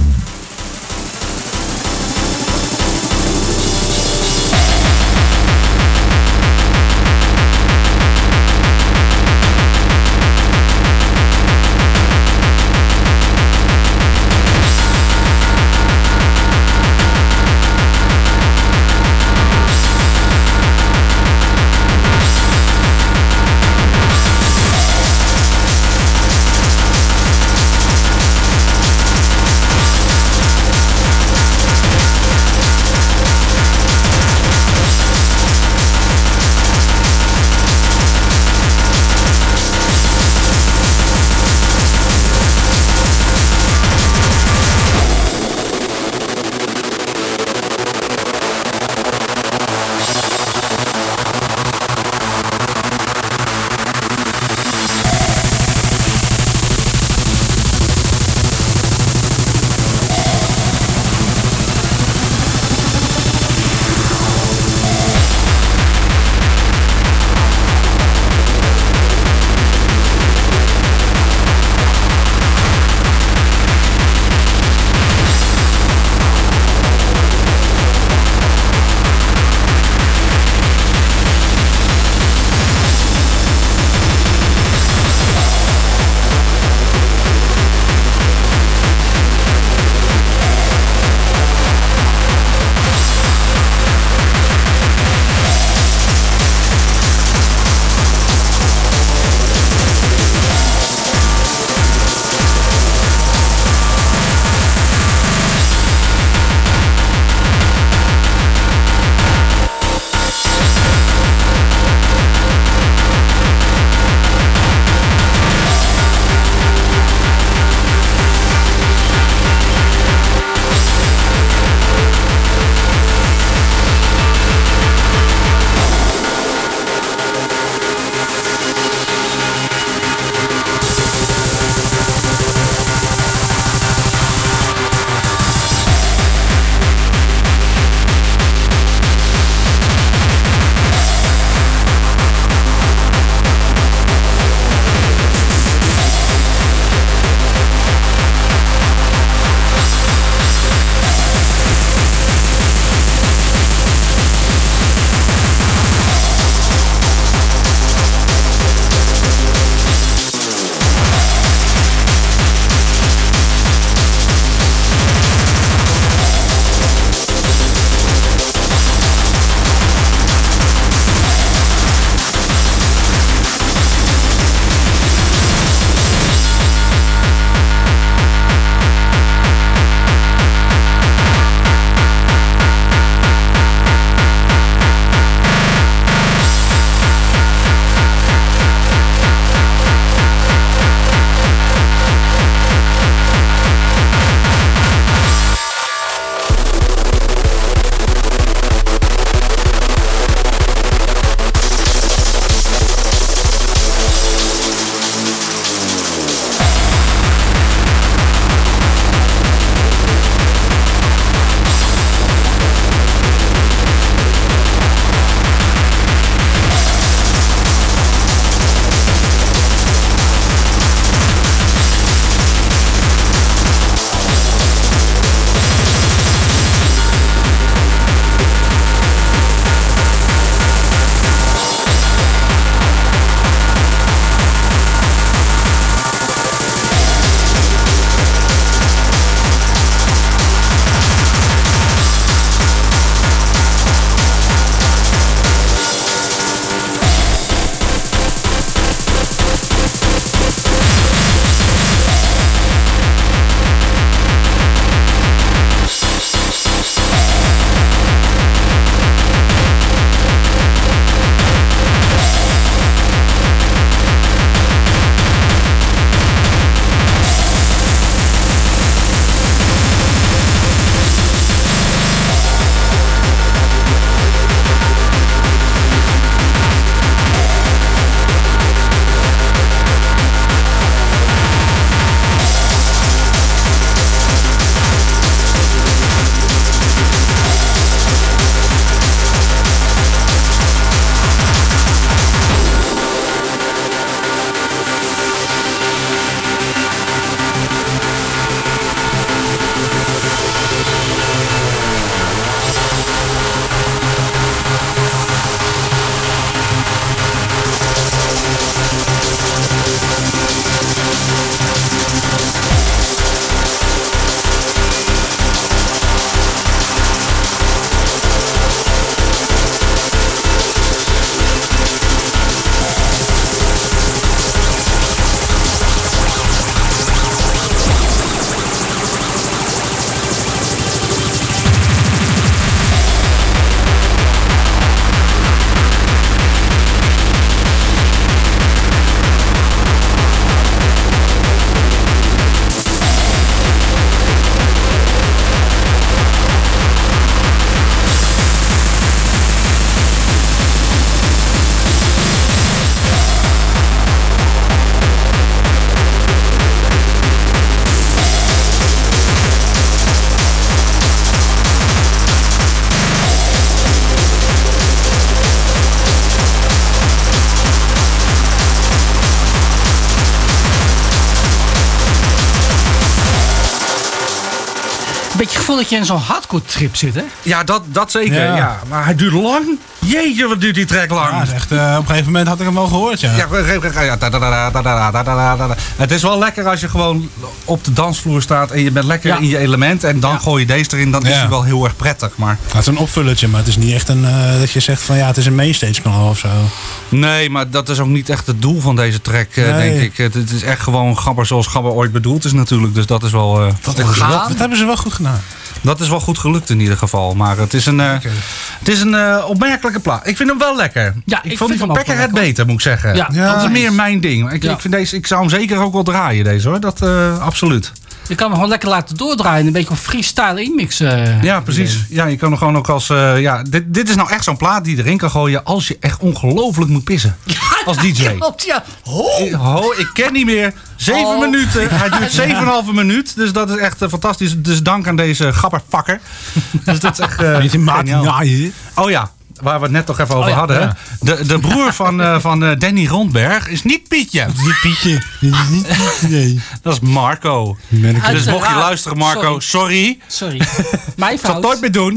een beetje het gevoel dat je in zo'n hardcore trip zit, hè? Ja, dat, dat zeker. Ja. Ja. Maar hij duurt lang. Jeetje, wat duurt die track lang. Ja, dat is echt, uh, op een gegeven moment had ik hem wel gehoord, ja. Ja, ja, da, da, da, da, da, da, da, da. Het is wel lekker als je gewoon op de dansvloer staat en je bent lekker Ja. in je element. En dan Ja. gooi je deze erin, dan is Ja. hij wel heel erg prettig. Maar Het is een opvullertje, maar het is niet echt een, uh, dat je zegt van ja, het is een mainstage kanaal of zo. nee, maar dat is ook niet echt het doel van deze track, uh, Nee. denk ik. Het, het is echt gewoon Gabber zoals Gabber ooit bedoeld is natuurlijk. Dus dat is wel, uh, Dat, dat, is, gaan. dat, dat hebben ze wel goed gedaan. dat is wel goed gelukt in ieder geval. Maar het is een, uh, het is een uh, opmerkelijke plaat. Ik vind hem wel lekker. Ja, ik, ik vond die vind van hem ook Peckerhead wel lekker. beter, moet ik zeggen. Ja. Ja. Dat is meer mijn ding. Ik, Ja. ik, vind deze, ik zou hem zeker ook wel draaien, deze hoor. Dat uh, absoluut. Je kan hem gewoon lekker laten doordraaien. Een beetje een freestyle inmix. Uh, Ja, precies. Ja, je kan er gewoon ook als... Uh, ja, dit, dit is nou echt zo'n plaat die je erin kan gooien als je echt ongelooflijk moet pissen. Als D J. Klopt, ja. Ik, ho, ik ken niet meer. Zeven Oh. minuten. Hij duurt zeven en een halve minuut. Dus dat is echt uh, fantastisch. Dus dank aan deze gabberfakker. Dus dat is echt uh, Beetje geniaal. maat. Oh ja, waar we het net toch even over Oh ja, hadden. ja. De, de broer van, uh, van uh, Danny Rondberg is niet Pietje. Niet Pietje. Niet nee. Dat is Marco. Ben ik Dus mocht je Uiteraard. luisteren, Marco, sorry. Sorry. Mijn Ik zal fout. het nooit meer doen.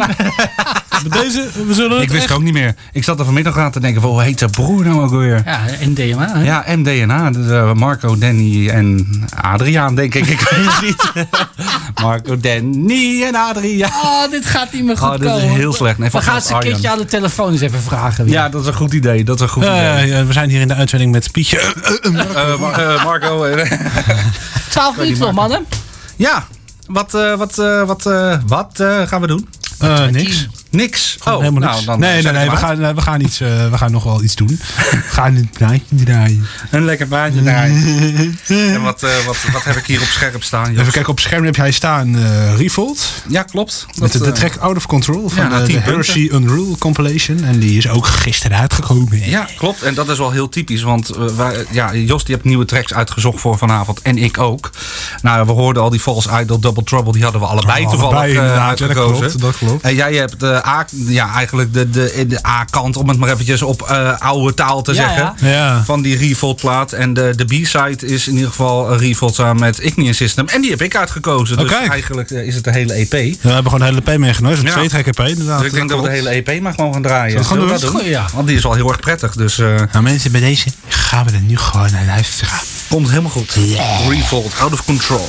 Deze, we zullen het Ik wist echt- het ook niet meer. Ik zat er vanmiddag aan te denken, van, hoe heet zijn broer nou ook weer? Ja, en D M A. hè? Ja, M D N A. Dus, uh, Marco, Danny en Adriaan, denk ik. Ik weet het niet. Marco, Danny en Adriaan. Oh, dit gaat niet meer goed Oh, dit is komen. heel slecht. Nee, we volgens mij gaan is ze een Arjan. keertje aan de telefoon eens even vragen. weer. Ja, dat is een goed idee. Dat is een goed idee. Eh, ja, we zijn hier in de uitzending met Pietje. Uh, Mar- uh, Marco. uh, Twaalf minuten nog, mannen. ja, wat, uh, wat, uh, wat, uh, wat uh, gaan we doen? Uh, niks. Niks. Gewoon Oh, helemaal nou, niks. dan nee, zet nee, ik nee, hem we uit. gaan, uh, we, gaan iets, uh, we gaan nog wel iets doen. We gaan een plaatje draaien. Een lekker baantje draaien. En wat, uh, wat, wat heb ik hier op scherp staan? Jos? Even kijken, op het scherm heb jij staan uh, Revolt. Ja, klopt. Met de, Dat, de uh, track Out of Control van ja, na de, tien de punten. Heresy Unrule compilation. En die is ook gisteren uitgekomen. Ja, klopt. En dat is wel heel typisch. Want uh, wij, ja, Jos die heeft nieuwe tracks uitgezocht voor vanavond. En ik ook. Nou, we hoorden al die False Idol, Double Trouble. Die hadden we allebei Oh, toevallig allebei, uh, inderdaad. Ja, dat uitgekozen. klopt, dat klopt. En jij hebt de A, ja, eigenlijk de, de, de A-kant, om het maar eventjes op uh, oude taal te Ja, zeggen. ja. Ja. Van die Revolt plaat. En de, de B-side is in ieder geval een Revolt samen met Igneous System. En die heb ik uitgekozen. Dus Oh, kijk. eigenlijk uh, is het de hele E P. Ja, we hebben gewoon een hele E P meegenomen. Het is een Ja. twee-track E P inderdaad. Dus ik denk dat we de hele E P maar gewoon gaan draaien. Zullen we het gaan Zullen we doen? dat Goeie, ja. Want die is wel heel erg prettig. Dus uh, Nou mensen, bij deze gaan we er nu gewoon naar luisteren. komt helemaal goed. Revolt, Out of Control.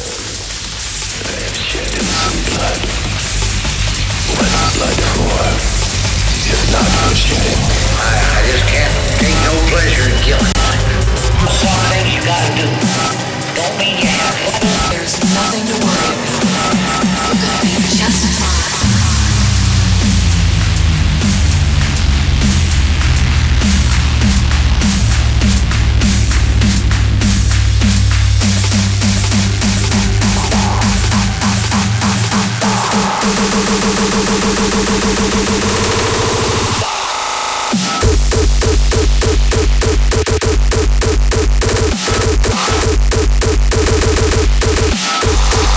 I just can't take no pleasure in killing. Some things you gotta do. Don't mean you have to. There's nothing to worry about. We're gonna be just fine. We'll be right back.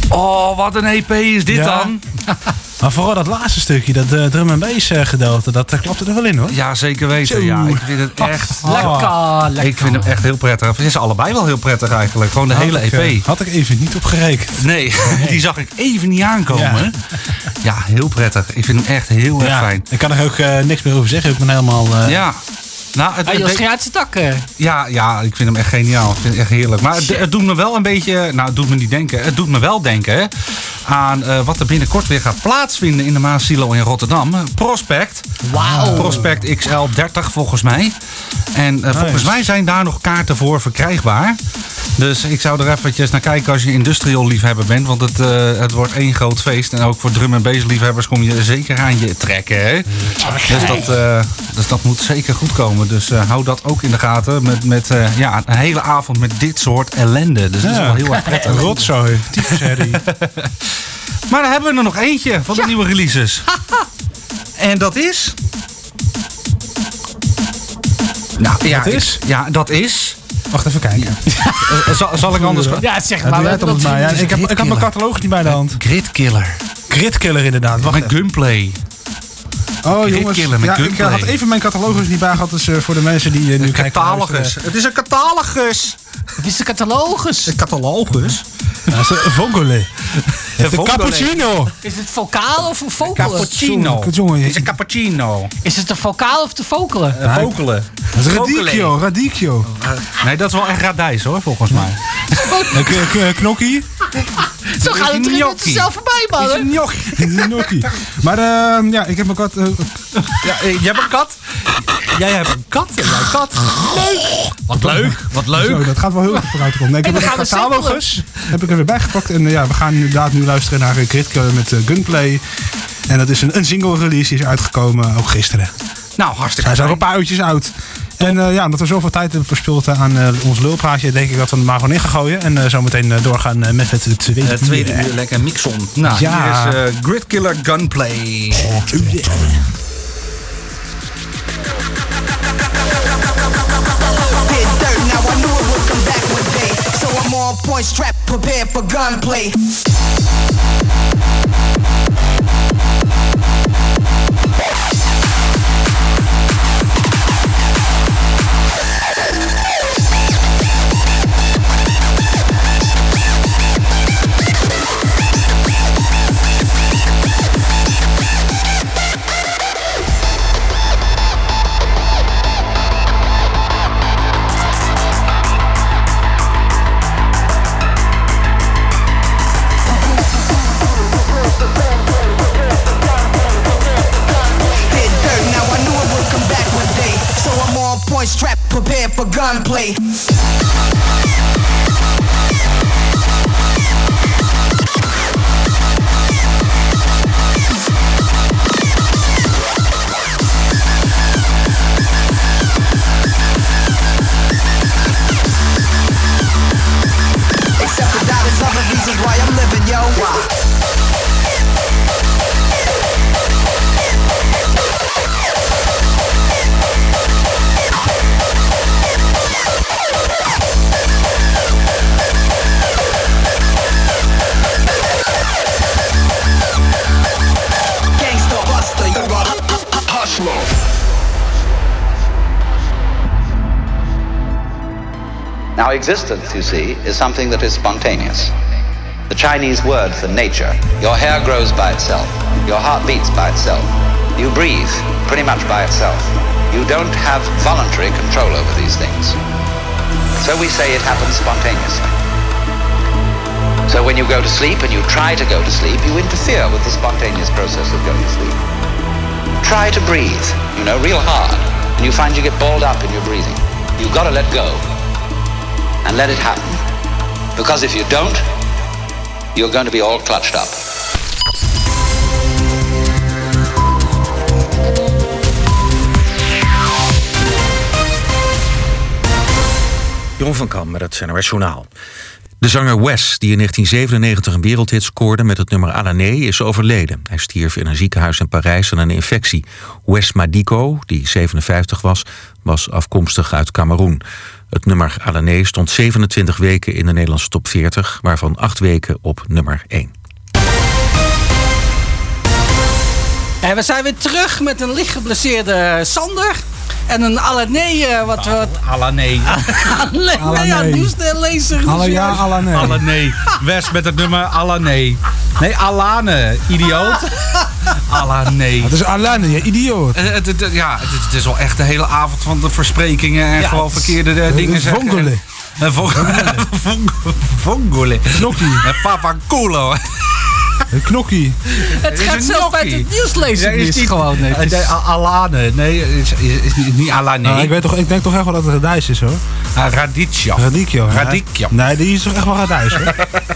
Oh, wat een E P is dit Ja. dan? Maar vooral dat laatste stukje, dat uh, drum en bass uh, gedeelte, dat uh, klapte er wel in hoor. Ja, zeker weten. Zo. Ja, ik vind het echt... Lekker, lekker. Ik vind hem echt heel prettig. Het is allebei wel heel prettig eigenlijk. Gewoon de Had hele ik, E P. uh, had ik even niet op gerekend. Nee, die zag ik even niet aankomen. Ja, ja heel prettig. Ik vind hem echt heel erg Ja, fijn. ik kan er ook uh, niks meer over zeggen. Ik ben helemaal... Uh, Ja. Nou, het, Hij het, was geen uit zijn takken. ja, ja, ik vind hem echt geniaal. Ik vind het echt heerlijk. Maar het, het doet me wel een beetje... Nou, het doet me niet denken. Het doet me wel denken aan uh, wat er binnenkort weer gaat plaatsvinden in de Maasilo in Rotterdam. Prospect. Wauw. Prospect X L dertig volgens mij. En uh, volgens Nice. mij zijn daar nog kaarten voor verkrijgbaar. Dus ik zou er eventjes naar kijken als je industrial liefhebber bent. Want het, uh, het wordt één groot feest. En ook voor drum en bass liefhebbers kom je zeker aan je trekken. Hè? Dus, dat, uh, dus dat moet zeker goed komen. Dus uh, hou dat ook in de gaten. Met, met uh, ja, een hele avond met dit soort ellende. Dus dat is wel heel erg prettig. Rotzooi, tyfusherrie. Maar dan hebben we er nog eentje van de Ja. nieuwe releases. En dat is... Nou, ja, Dat is? ik- ja, dat is... Wacht even kijken. Uh, zal, zal ik anders... Ja, zeg Ja, maar. doe jij het dat- anders maar. Ja, is ik, heb, ik had mijn Gridkiller. catalogus niet bij de hand. Gridkiller. Gridkiller inderdaad. Wacht Met even. gunplay. Oh jongens, Gridkiller met ja, ik gunplay. had even mijn catalogus niet bij gehad. Dus uh, voor de mensen die uh, nu Een kijken... catalogus. luisteren. Het is een catalogus. Wat is de catalogus? Een catalogus? Ja, dat is een vongole. Het is een vongole. cappuccino. Is het vocaal of een vocale? Cappuccino. Jongen, Het is een cappuccino. Is het de vocaal of de vocale? Een vocale. Dat is radicchio, radicchio. Nee, dat is wel echt radijs hoor, volgens mij. Een k- k- knokkie. Zo gaat het drie minuten gnocchi. zelf voorbij, man. Een gnocchi. Een knokkie. Maar uh, ja, ik heb mijn kat... Uh, Ja, eh, jij hebt een kat? Jij hebt een kat? Jij kat? Leuk. Wat leuk. Wat Zo, leuk. dat gaat wel heel goed vooruit komen. Nee, ik En heb dan een gaan we catalogus. Heb ik er weer bijgepakt. En uh, ja, we gaan inderdaad nu luisteren naar uh, Gridkiller met uh, Gunplay. En dat is een, een single release. Die is uitgekomen, ook gisteren. Nou, hartstikke Hij is ook fijn. een paar uurtjes oud. En uh, ja, omdat we zoveel tijd hebben verspild uh, aan uh, ons lulpraatje, denk ik dat we hem maar gewoon in gaan gooien. En uh, zo meteen uh, doorgaan uh, met het tweede, Het tweede uur. uur lekker mixon. Nou, Ja. hier is uh, Gridkiller Gunplay. Did dirt, now I knew it would come back one day. So I'm on point, strapped, prepared for gunplay. Did dirt, now I knew it would come back one day. So I'm on point, strapped, prepared for gunplay. Except for that is other reasons why I'm living, yo. Why? Gangsta buster, you're a hustler. Now, existence, you see, is something that is spontaneous. The Chinese word for nature. Your hair grows by itself. Your heart beats by itself. You breathe pretty much by itself. You don't have voluntary control over these things. So we say it happens spontaneously. So when you go to sleep and you try to go to sleep, you interfere with the spontaneous process of going to sleep. Try to breathe, you know, real hard, and you find you get balled up in your breathing. You've got to let go. And let it happen. Because if you don't, you're going to be all clutched up. Jeroen van Kam met het N O S Journaal. De zanger Wes, die in negentien zevenennegentig een wereldhit scoorde met het nummer Alané, is overleden. Hij stierf in een ziekenhuis in Parijs aan een infectie. Wes Madiko, die zevenenvijftig was, was afkomstig uit Kameroen. Het nummer Alané stond zevenentwintig weken in de Nederlandse top veertig... waarvan acht weken op nummer één. En we zijn weer terug met een licht geblesseerde Sander. En een Alané, uh, wat... wat Alané. Alané, ja, nieuwslezer. Ja, Alané. Alané. West met het nummer Alané. Nee, Alane, idioot. Alané. Het is Alané, ja, idioot. Het, het, het, ja, het, het is wel echt de hele avond van de versprekingen en Ja, gewoon verkeerde uh, dingen zeggen. Vongole. Vongole. Knokkie. En Favanculo. Een knokkie. Het Is gaat een zelfs bij nokkie. het nieuwslezer Ja, is mis niet- gewoon. Nee, het is- Nee, A- Alane. Nee, is, is, is niet, niet Alané. Nou, ik, weet toch, ik denk toch echt wel dat het radijs is, hoor. Ah, Radicchio. Radicchio. hè? Radicchio. Nee, die is toch echt wel radijs, hoor.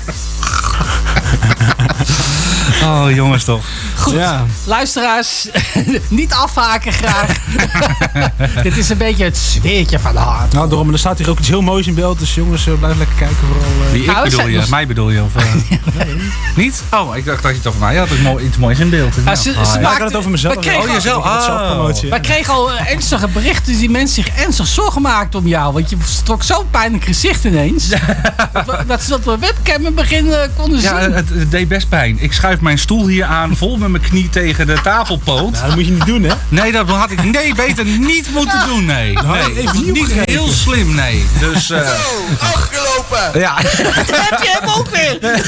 Oh, jongens toch. Goed, Ja. luisteraars, niet afhaken graag. Dit is een beetje het sfeertje van de hart. Nou, daarom, er staat hier ook iets heel moois in beeld. Dus jongens, uh, blijf lekker kijken vooral. Uh... Wie, ik Nou, we bedoel zijn je? nog- Mij bedoel je? Of, uh, niet? Oh, ik dacht dat je het over mij had. Ik mooi, iets moois in beeld. Ja, ze- Nou, ze ah, ja. Ja, ik maakt- had het over mezelf. we kregen Oh, al- jezelf. Wat Oh. zelfpromotie. Wij kregen al uh, ernstige berichten die mensen zich ernstig zorgen maakten om jou. Want je trok zo'n pijnlijk gezicht ineens. dat, dat ze dat op webcam in het begin uh, konden zien. Ja, het, het deed best pijn. Ik schuif mijn stoel hier aan, vol met mijn knie tegen de tafelpoot. Ja, dat moet je niet doen, hè? Nee, dat had ik nee, beter niet moeten doen, nee. had ik Nee, even nieuw niet gegeven. heel slim, nee. Dus, eh Afgelopen! ja. heb je hem ook weer.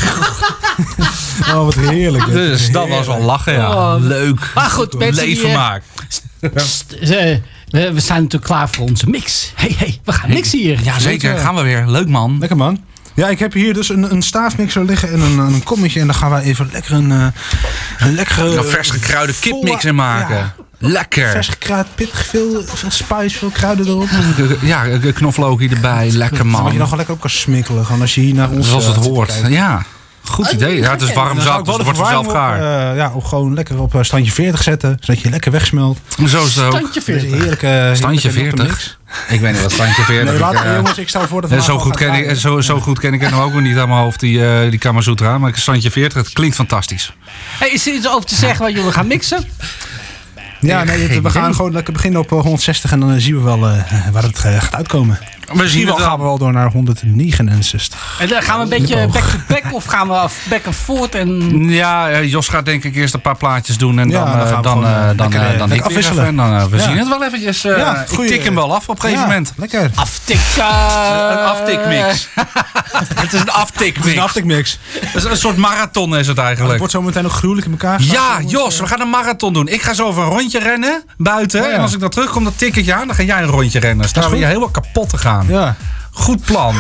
Oh, wat heerlijk. hè. Dus dat was wel lachen, ja. Oh. Leuk. Maar goed, mensen die, uh, Leedvermaak. Pst, uh, we, we zijn natuurlijk klaar voor onze mix. Hey, hey, we gaan mixen hier. Ja, zeker. Gaan we weer. Leuk, man. Lekker, man. Ja, ik heb hier dus een, een staafmixer liggen en een, een kommetje. En dan gaan wij even lekker een, uh, een lekkere... Een vers gekruide kipmix volle- in maken. Ja, Lekker. vers gekruid, pittig, veel, veel spice, veel kruiden erop. Ja, knoflookie erbij. Lekker, Wat je dan man. gewoon lekker op kan smikkelen. Gewoon als je hier naar ons Zoals het uh, zit te hoort. kijken. Ja. Goed idee. Ja, het is warm Dan zou zat, ik dus wel het de wordt vanzelf verwarming gaar. op, uh, ja, op gewoon lekker op uh, standje veertig zetten. Zodat je lekker wegsmelt. Zo is het ook. Standje Dat is veertig. heerlijke, Standje heerlijke veertig. mix. Ik weet niet wat standje veertig Nee, later, ik, eh, jongens, ik stel voor dat we eh, zo, maar goed gewoon ken gaan ik, zo, zo goed ken ik het nou ook nog niet aan mijn hoofd, die, uh, die Kamasutra. Maar standje veertig, het klinkt fantastisch. Hey, is er iets over te zeggen wat jullie gaan mixen? Ja, nee, het- we gaan gewoon lekker beginnen op uh, honderdzestig en dan uh, zien we wel uh, waar het uh, gaat uitkomen. We zien Misschien wel het gaan we wel. wel door naar honderdnegenenzestig. En dan gaan we een beetje back-to-back of gaan we back en forth en... Ja, eh, Jos gaat denk ik eerst een paar plaatjes doen en Ja, dan, dan eh, gaan we dan, gewoon, eh, uh, dan, lekker, eh, uh, dan lekker ik weer afwisselen. even. En dan, uh, we Ja. zien het wel eventjes. uh, Ja, ik goeie- tik hem wel af op een gegeven Ja, moment. Lekker. Aftikken. Een aftikmix. Het is een aftikmix. Het is een aftikmix. Het is een soort marathon is het Het eigenlijk. wordt zo meteen nog gruwelijk in elkaar Ja, geslagen, Jos, we gaan een marathon doen. Ik ga zo even een rondje rennen buiten. Ja, ja. En als ik dan terugkom, dan tik ik je aan. Dan ga jij een rondje rennen. Staan we goed. hier helemaal kapot te gaan. Ja. Goed plan.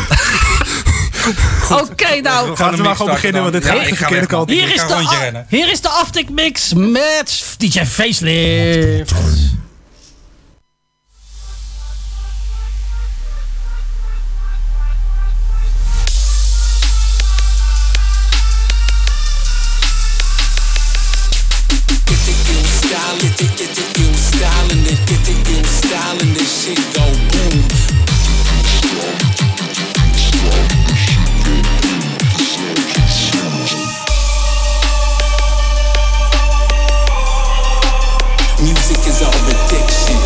Oké, nou. Laten we maar gewoon beginnen, want dit Ja, gaat ik echt de ga verkeerde weg, kant. man. Hier Ik is, ga de, een rondje a- rennen. hier is de aftikmix met D J Facelift. Music is our addiction.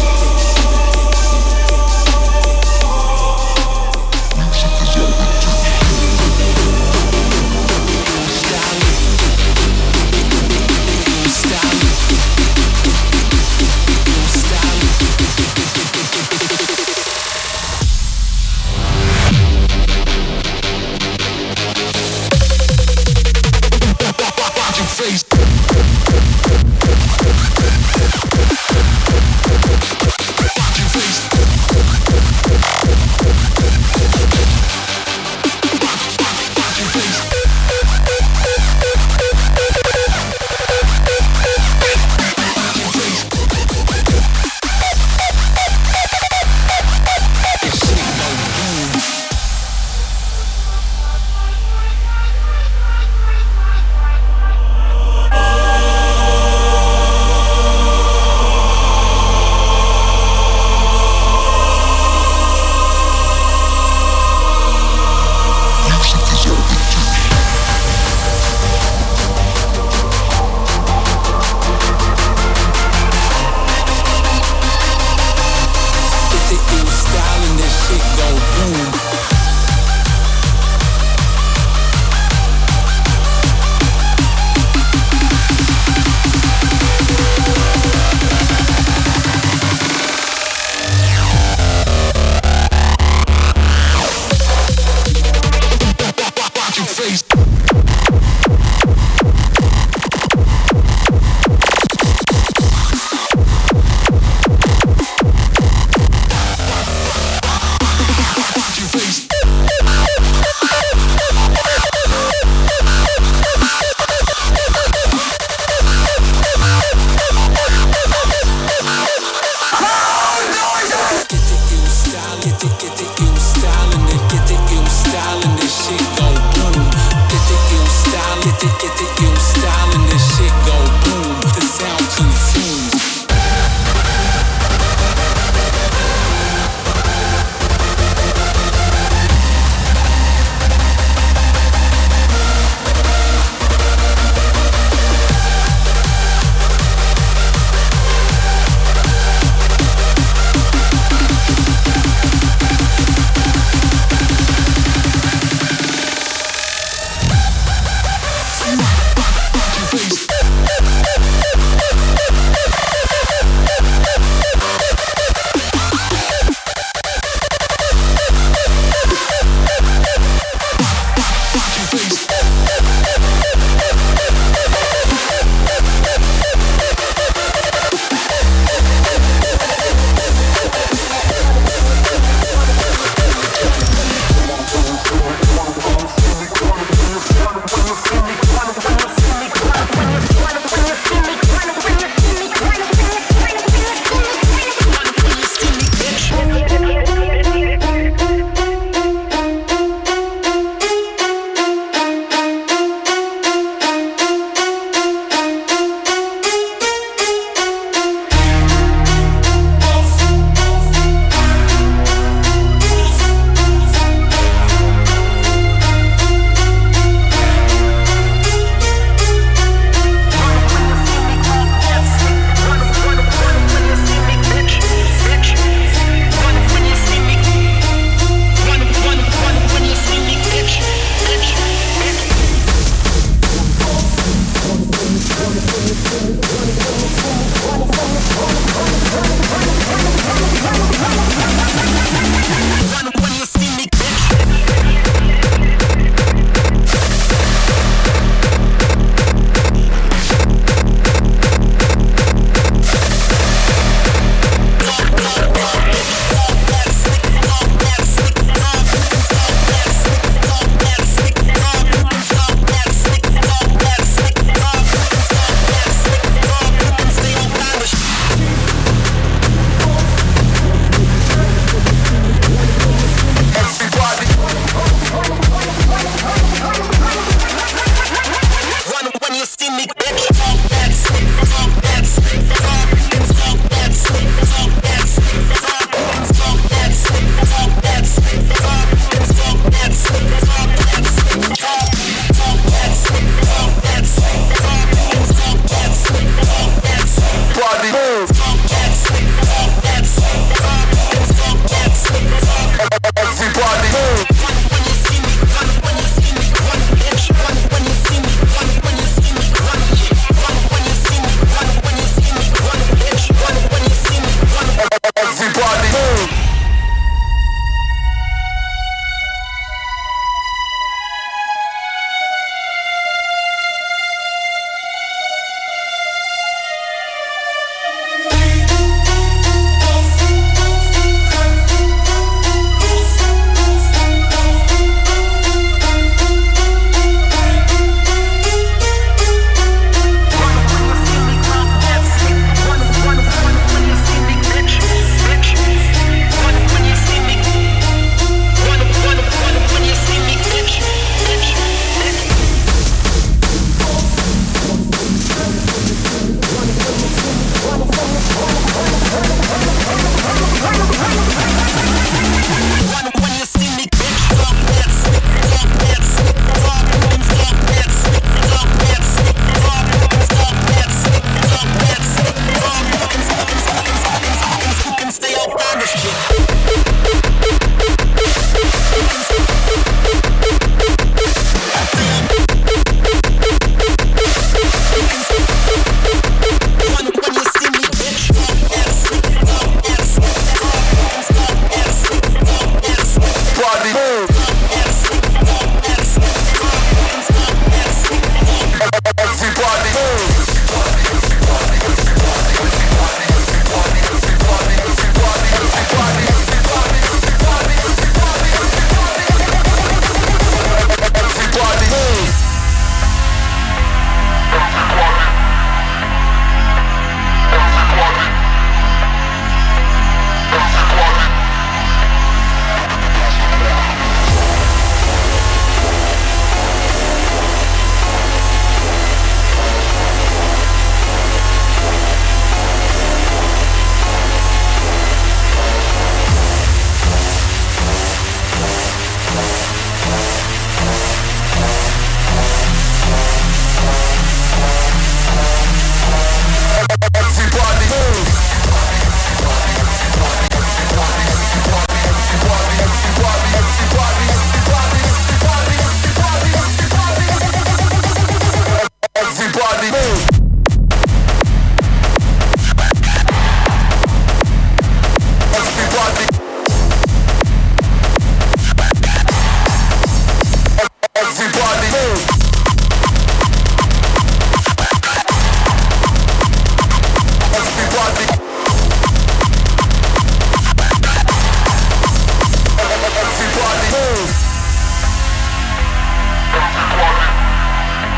Everybody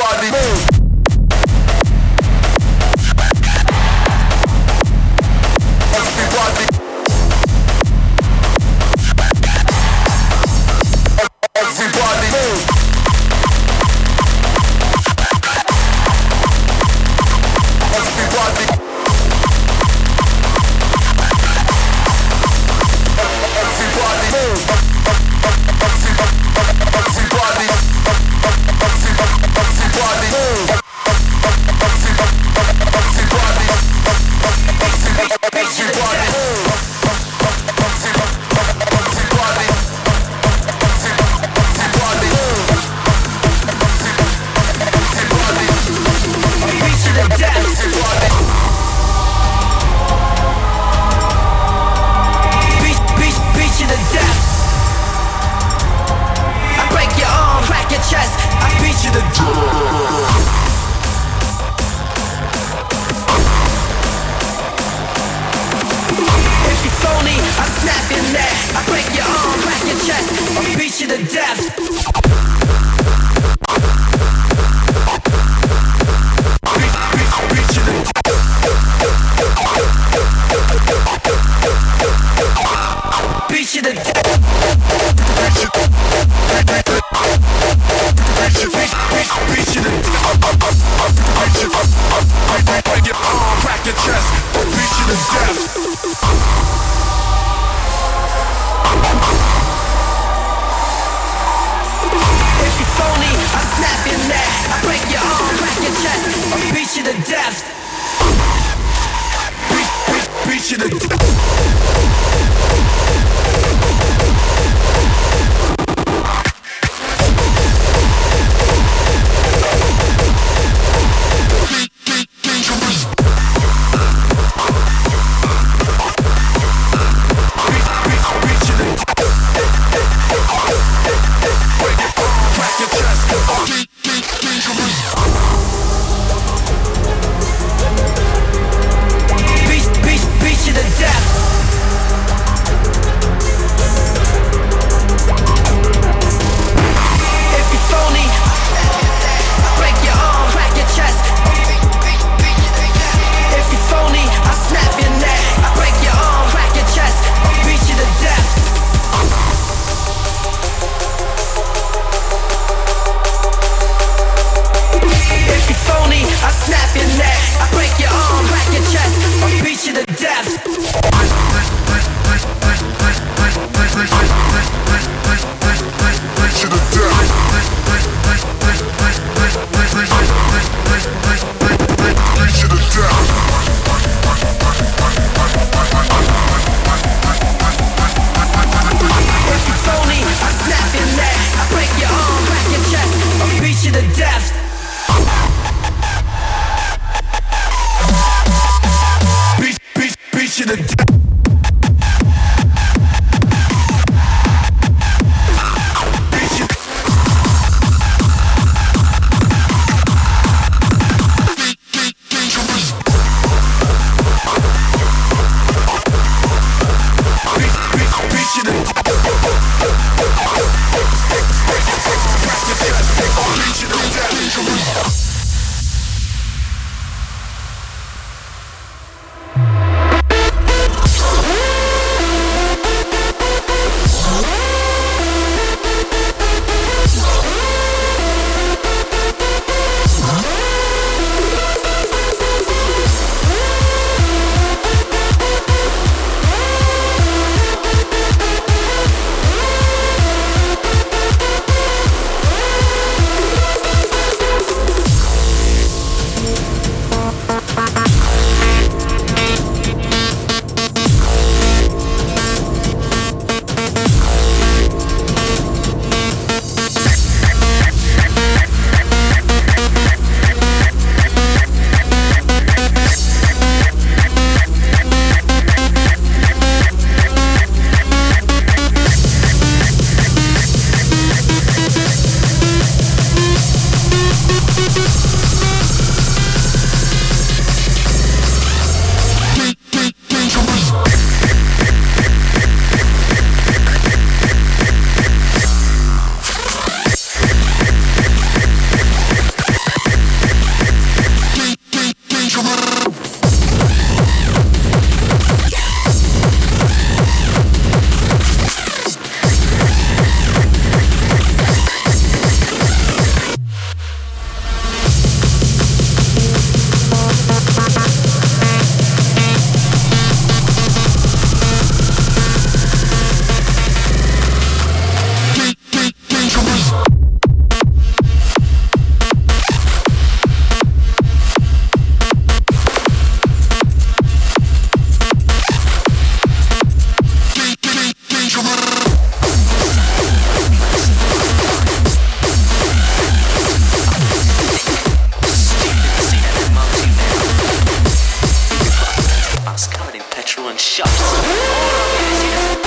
Everybody move. Everybody. Everybody move. Everybody. Everybody move. Everybody. Everybody move. Everybody. Everybody move. Chest, I beat you to death. If you phony, I snap your neck. I break your arm, crack your chest, I beat you to death. Beat, beat, beat you to death. Beat you to death. Beat you, beat, beat, beat you to death. Beat you, break your arm, crack your chest, beat you to death. If you phony, I snap your neck. I break your arm, crack your chest, I beat you to death. Beat, beat, beat you to death. and shops. All of it is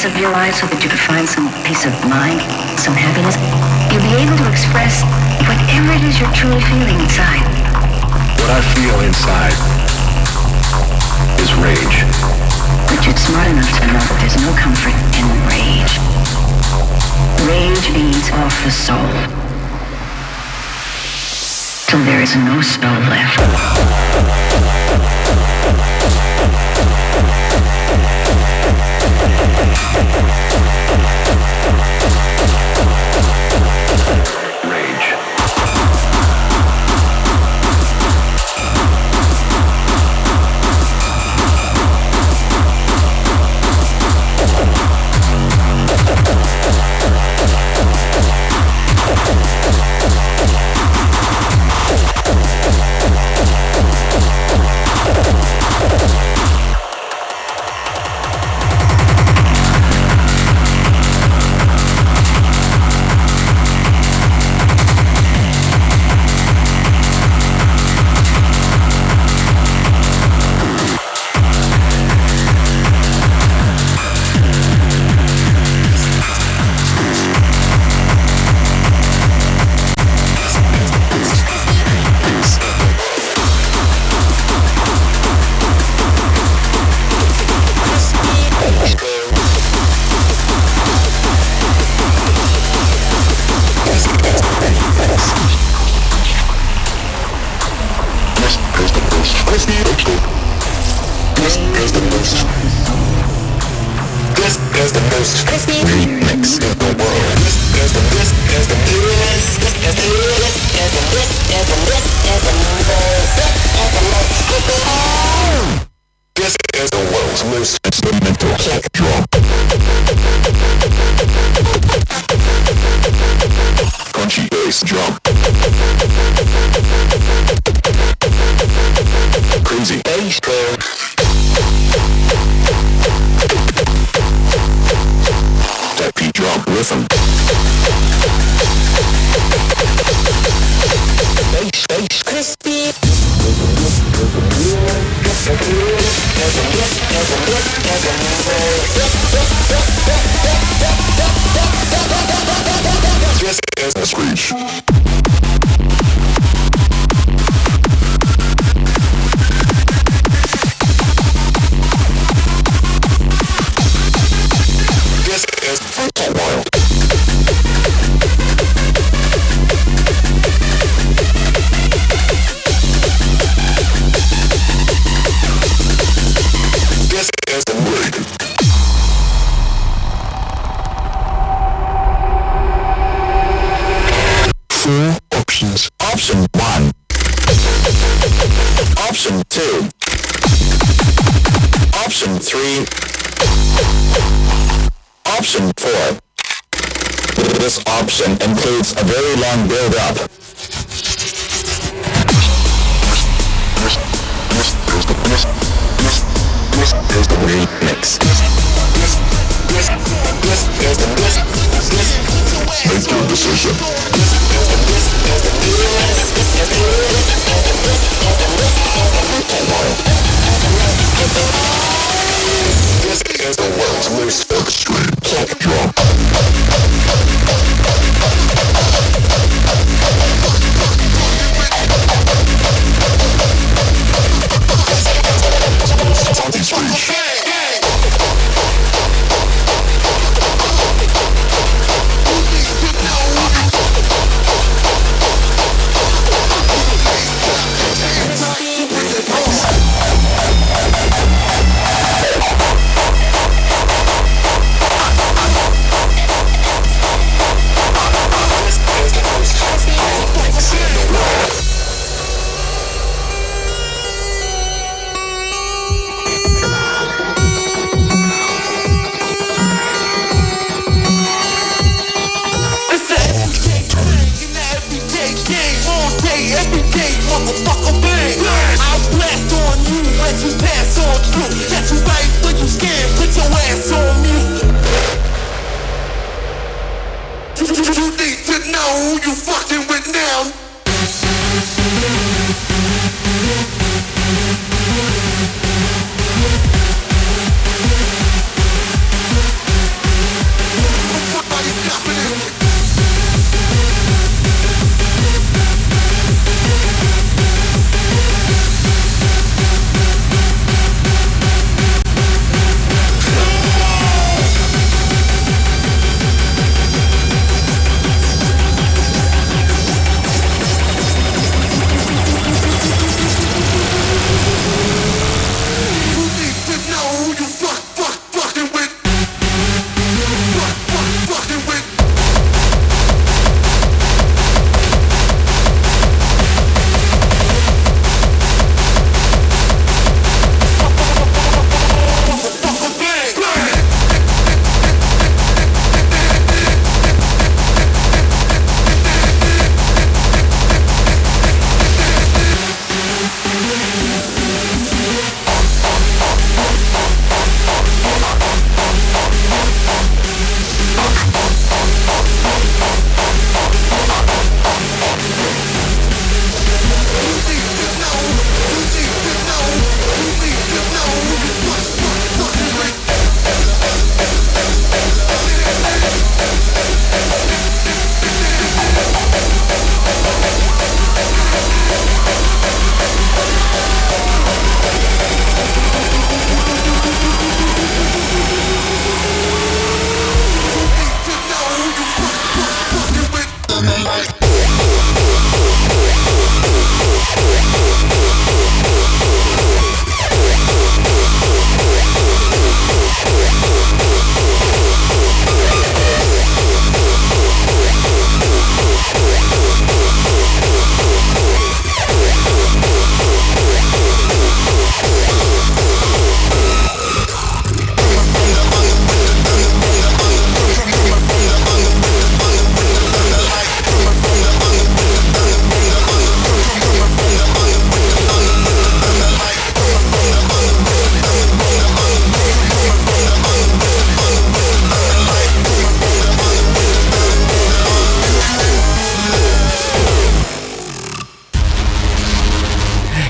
moments of your life so that you could find some peace of mind, some happiness, you'll be able to express whatever it is you're truly feeling inside. What I feel inside is rage. But you're smart enough to know that there's no comfort in rage. Rage feeds off the soul. Till there is no soul left.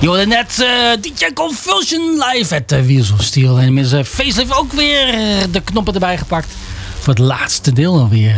Je hoorde net uh, D J Convulsion live at uh, Wheels of Steel. En inmiddels uh, Facelift ook weer de knoppen erbij gepakt. Voor het laatste deel alweer.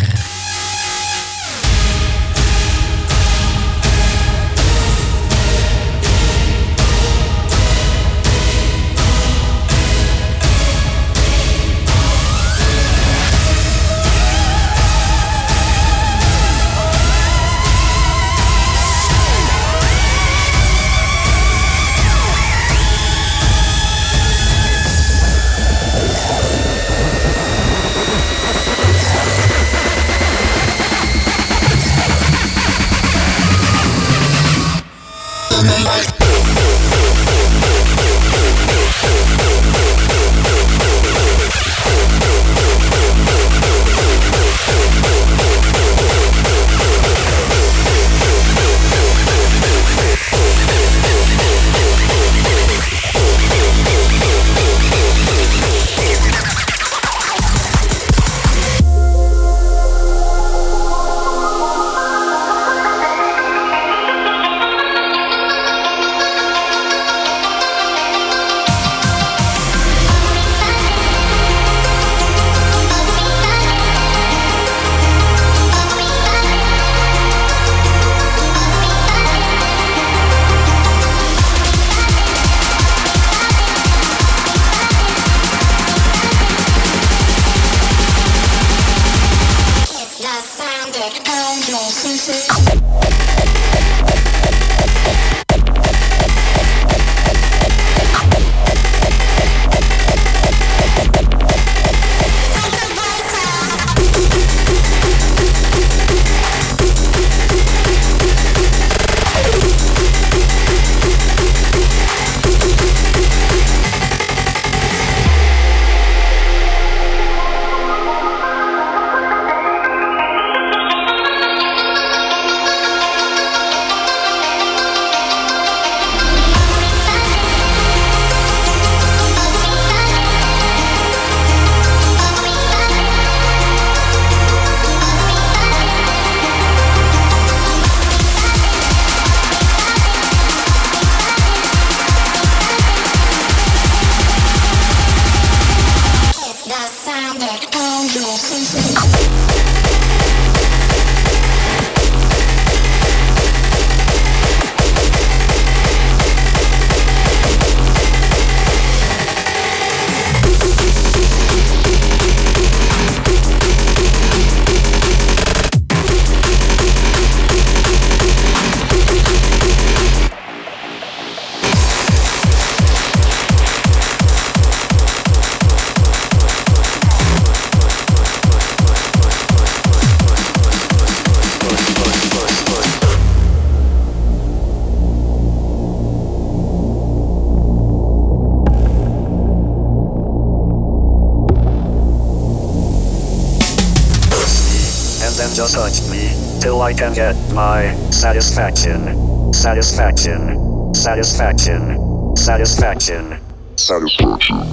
Just touch me till I can get my satisfaction, satisfaction, satisfaction, satisfaction, satisfaction.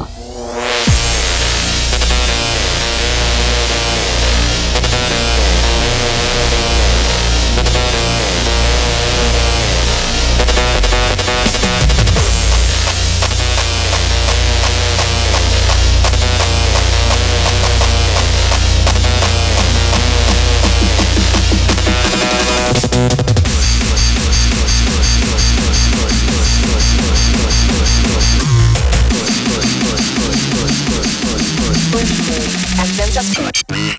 Just touch me.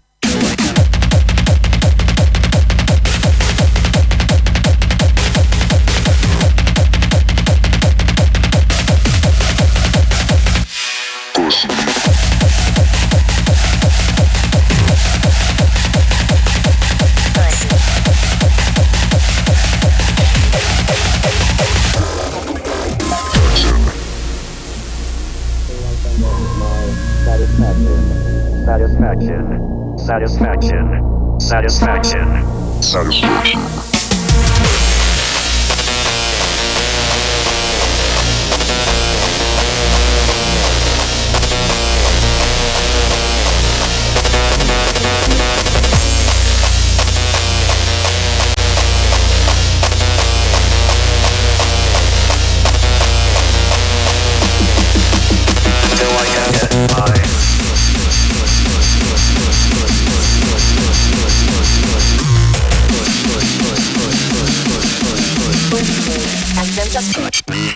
Satisfaction, satisfaction, satisfaction, satisfaction. and then just touch me.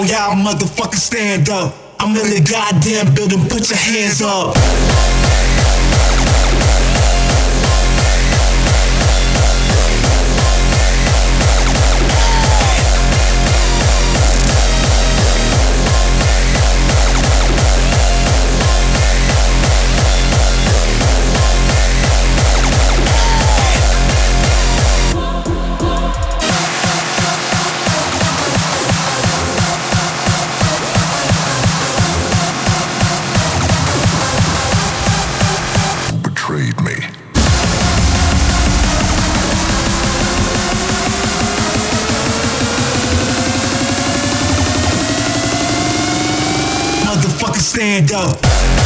y'all motherfuckers stand up. I'm in the goddamn building, put your hands up. Stand up.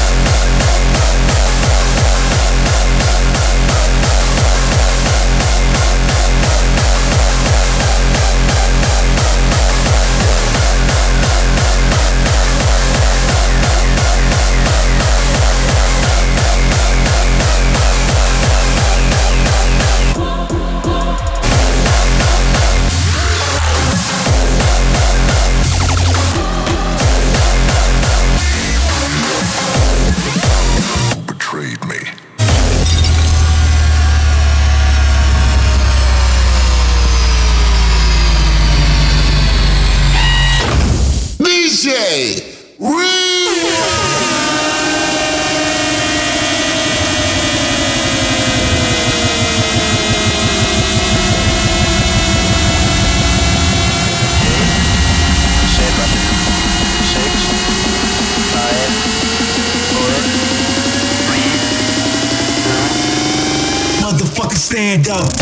Stand up.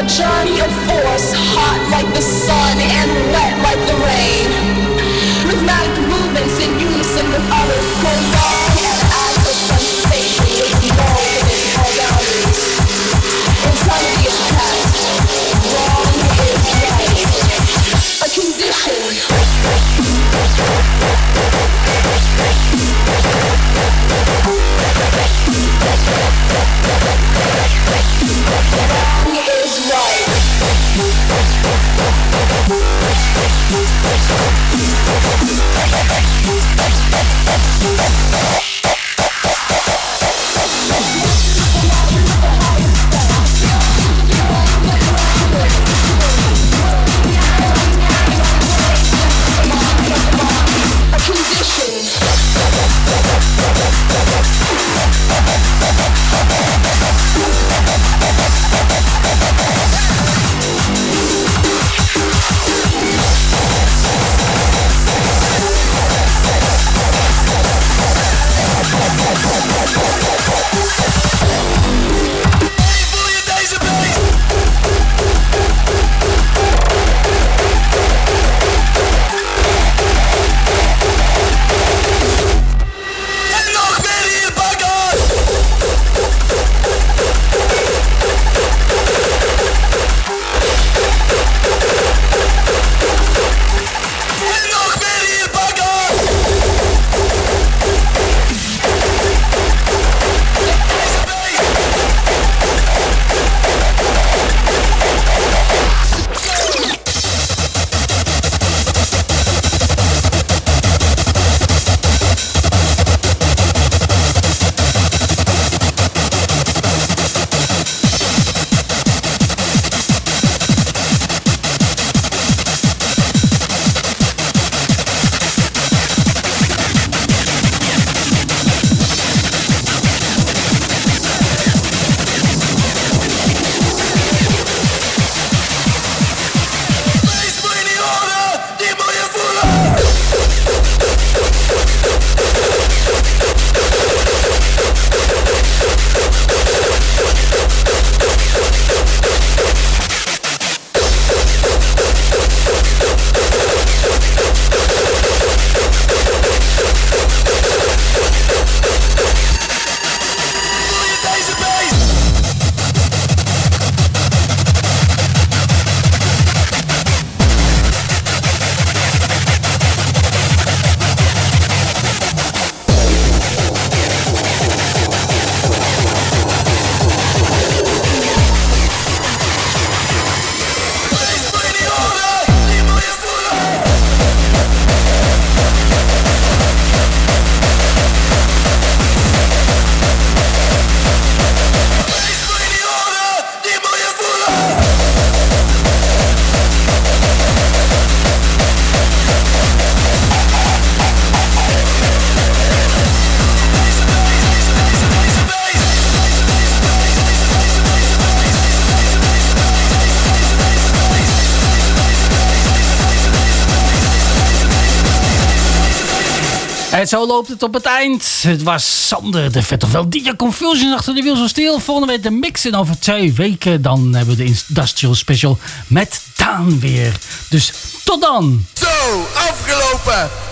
journey of force, hot like the sun and wet like the rain. Rhythmic movements in unison with others, prolong and active sensation is known in all boundaries. Insanity is past, wrong is right. A condition. Wrong is right. En zo loopt het op het eind. Het was Sander de Vet, ofwel D J Confusion achter de wiel zo stil. Volgende week de mix en over twee weken dan hebben we de Industrial Special met Daan weer. Dus tot dan. Zo, afgelopen.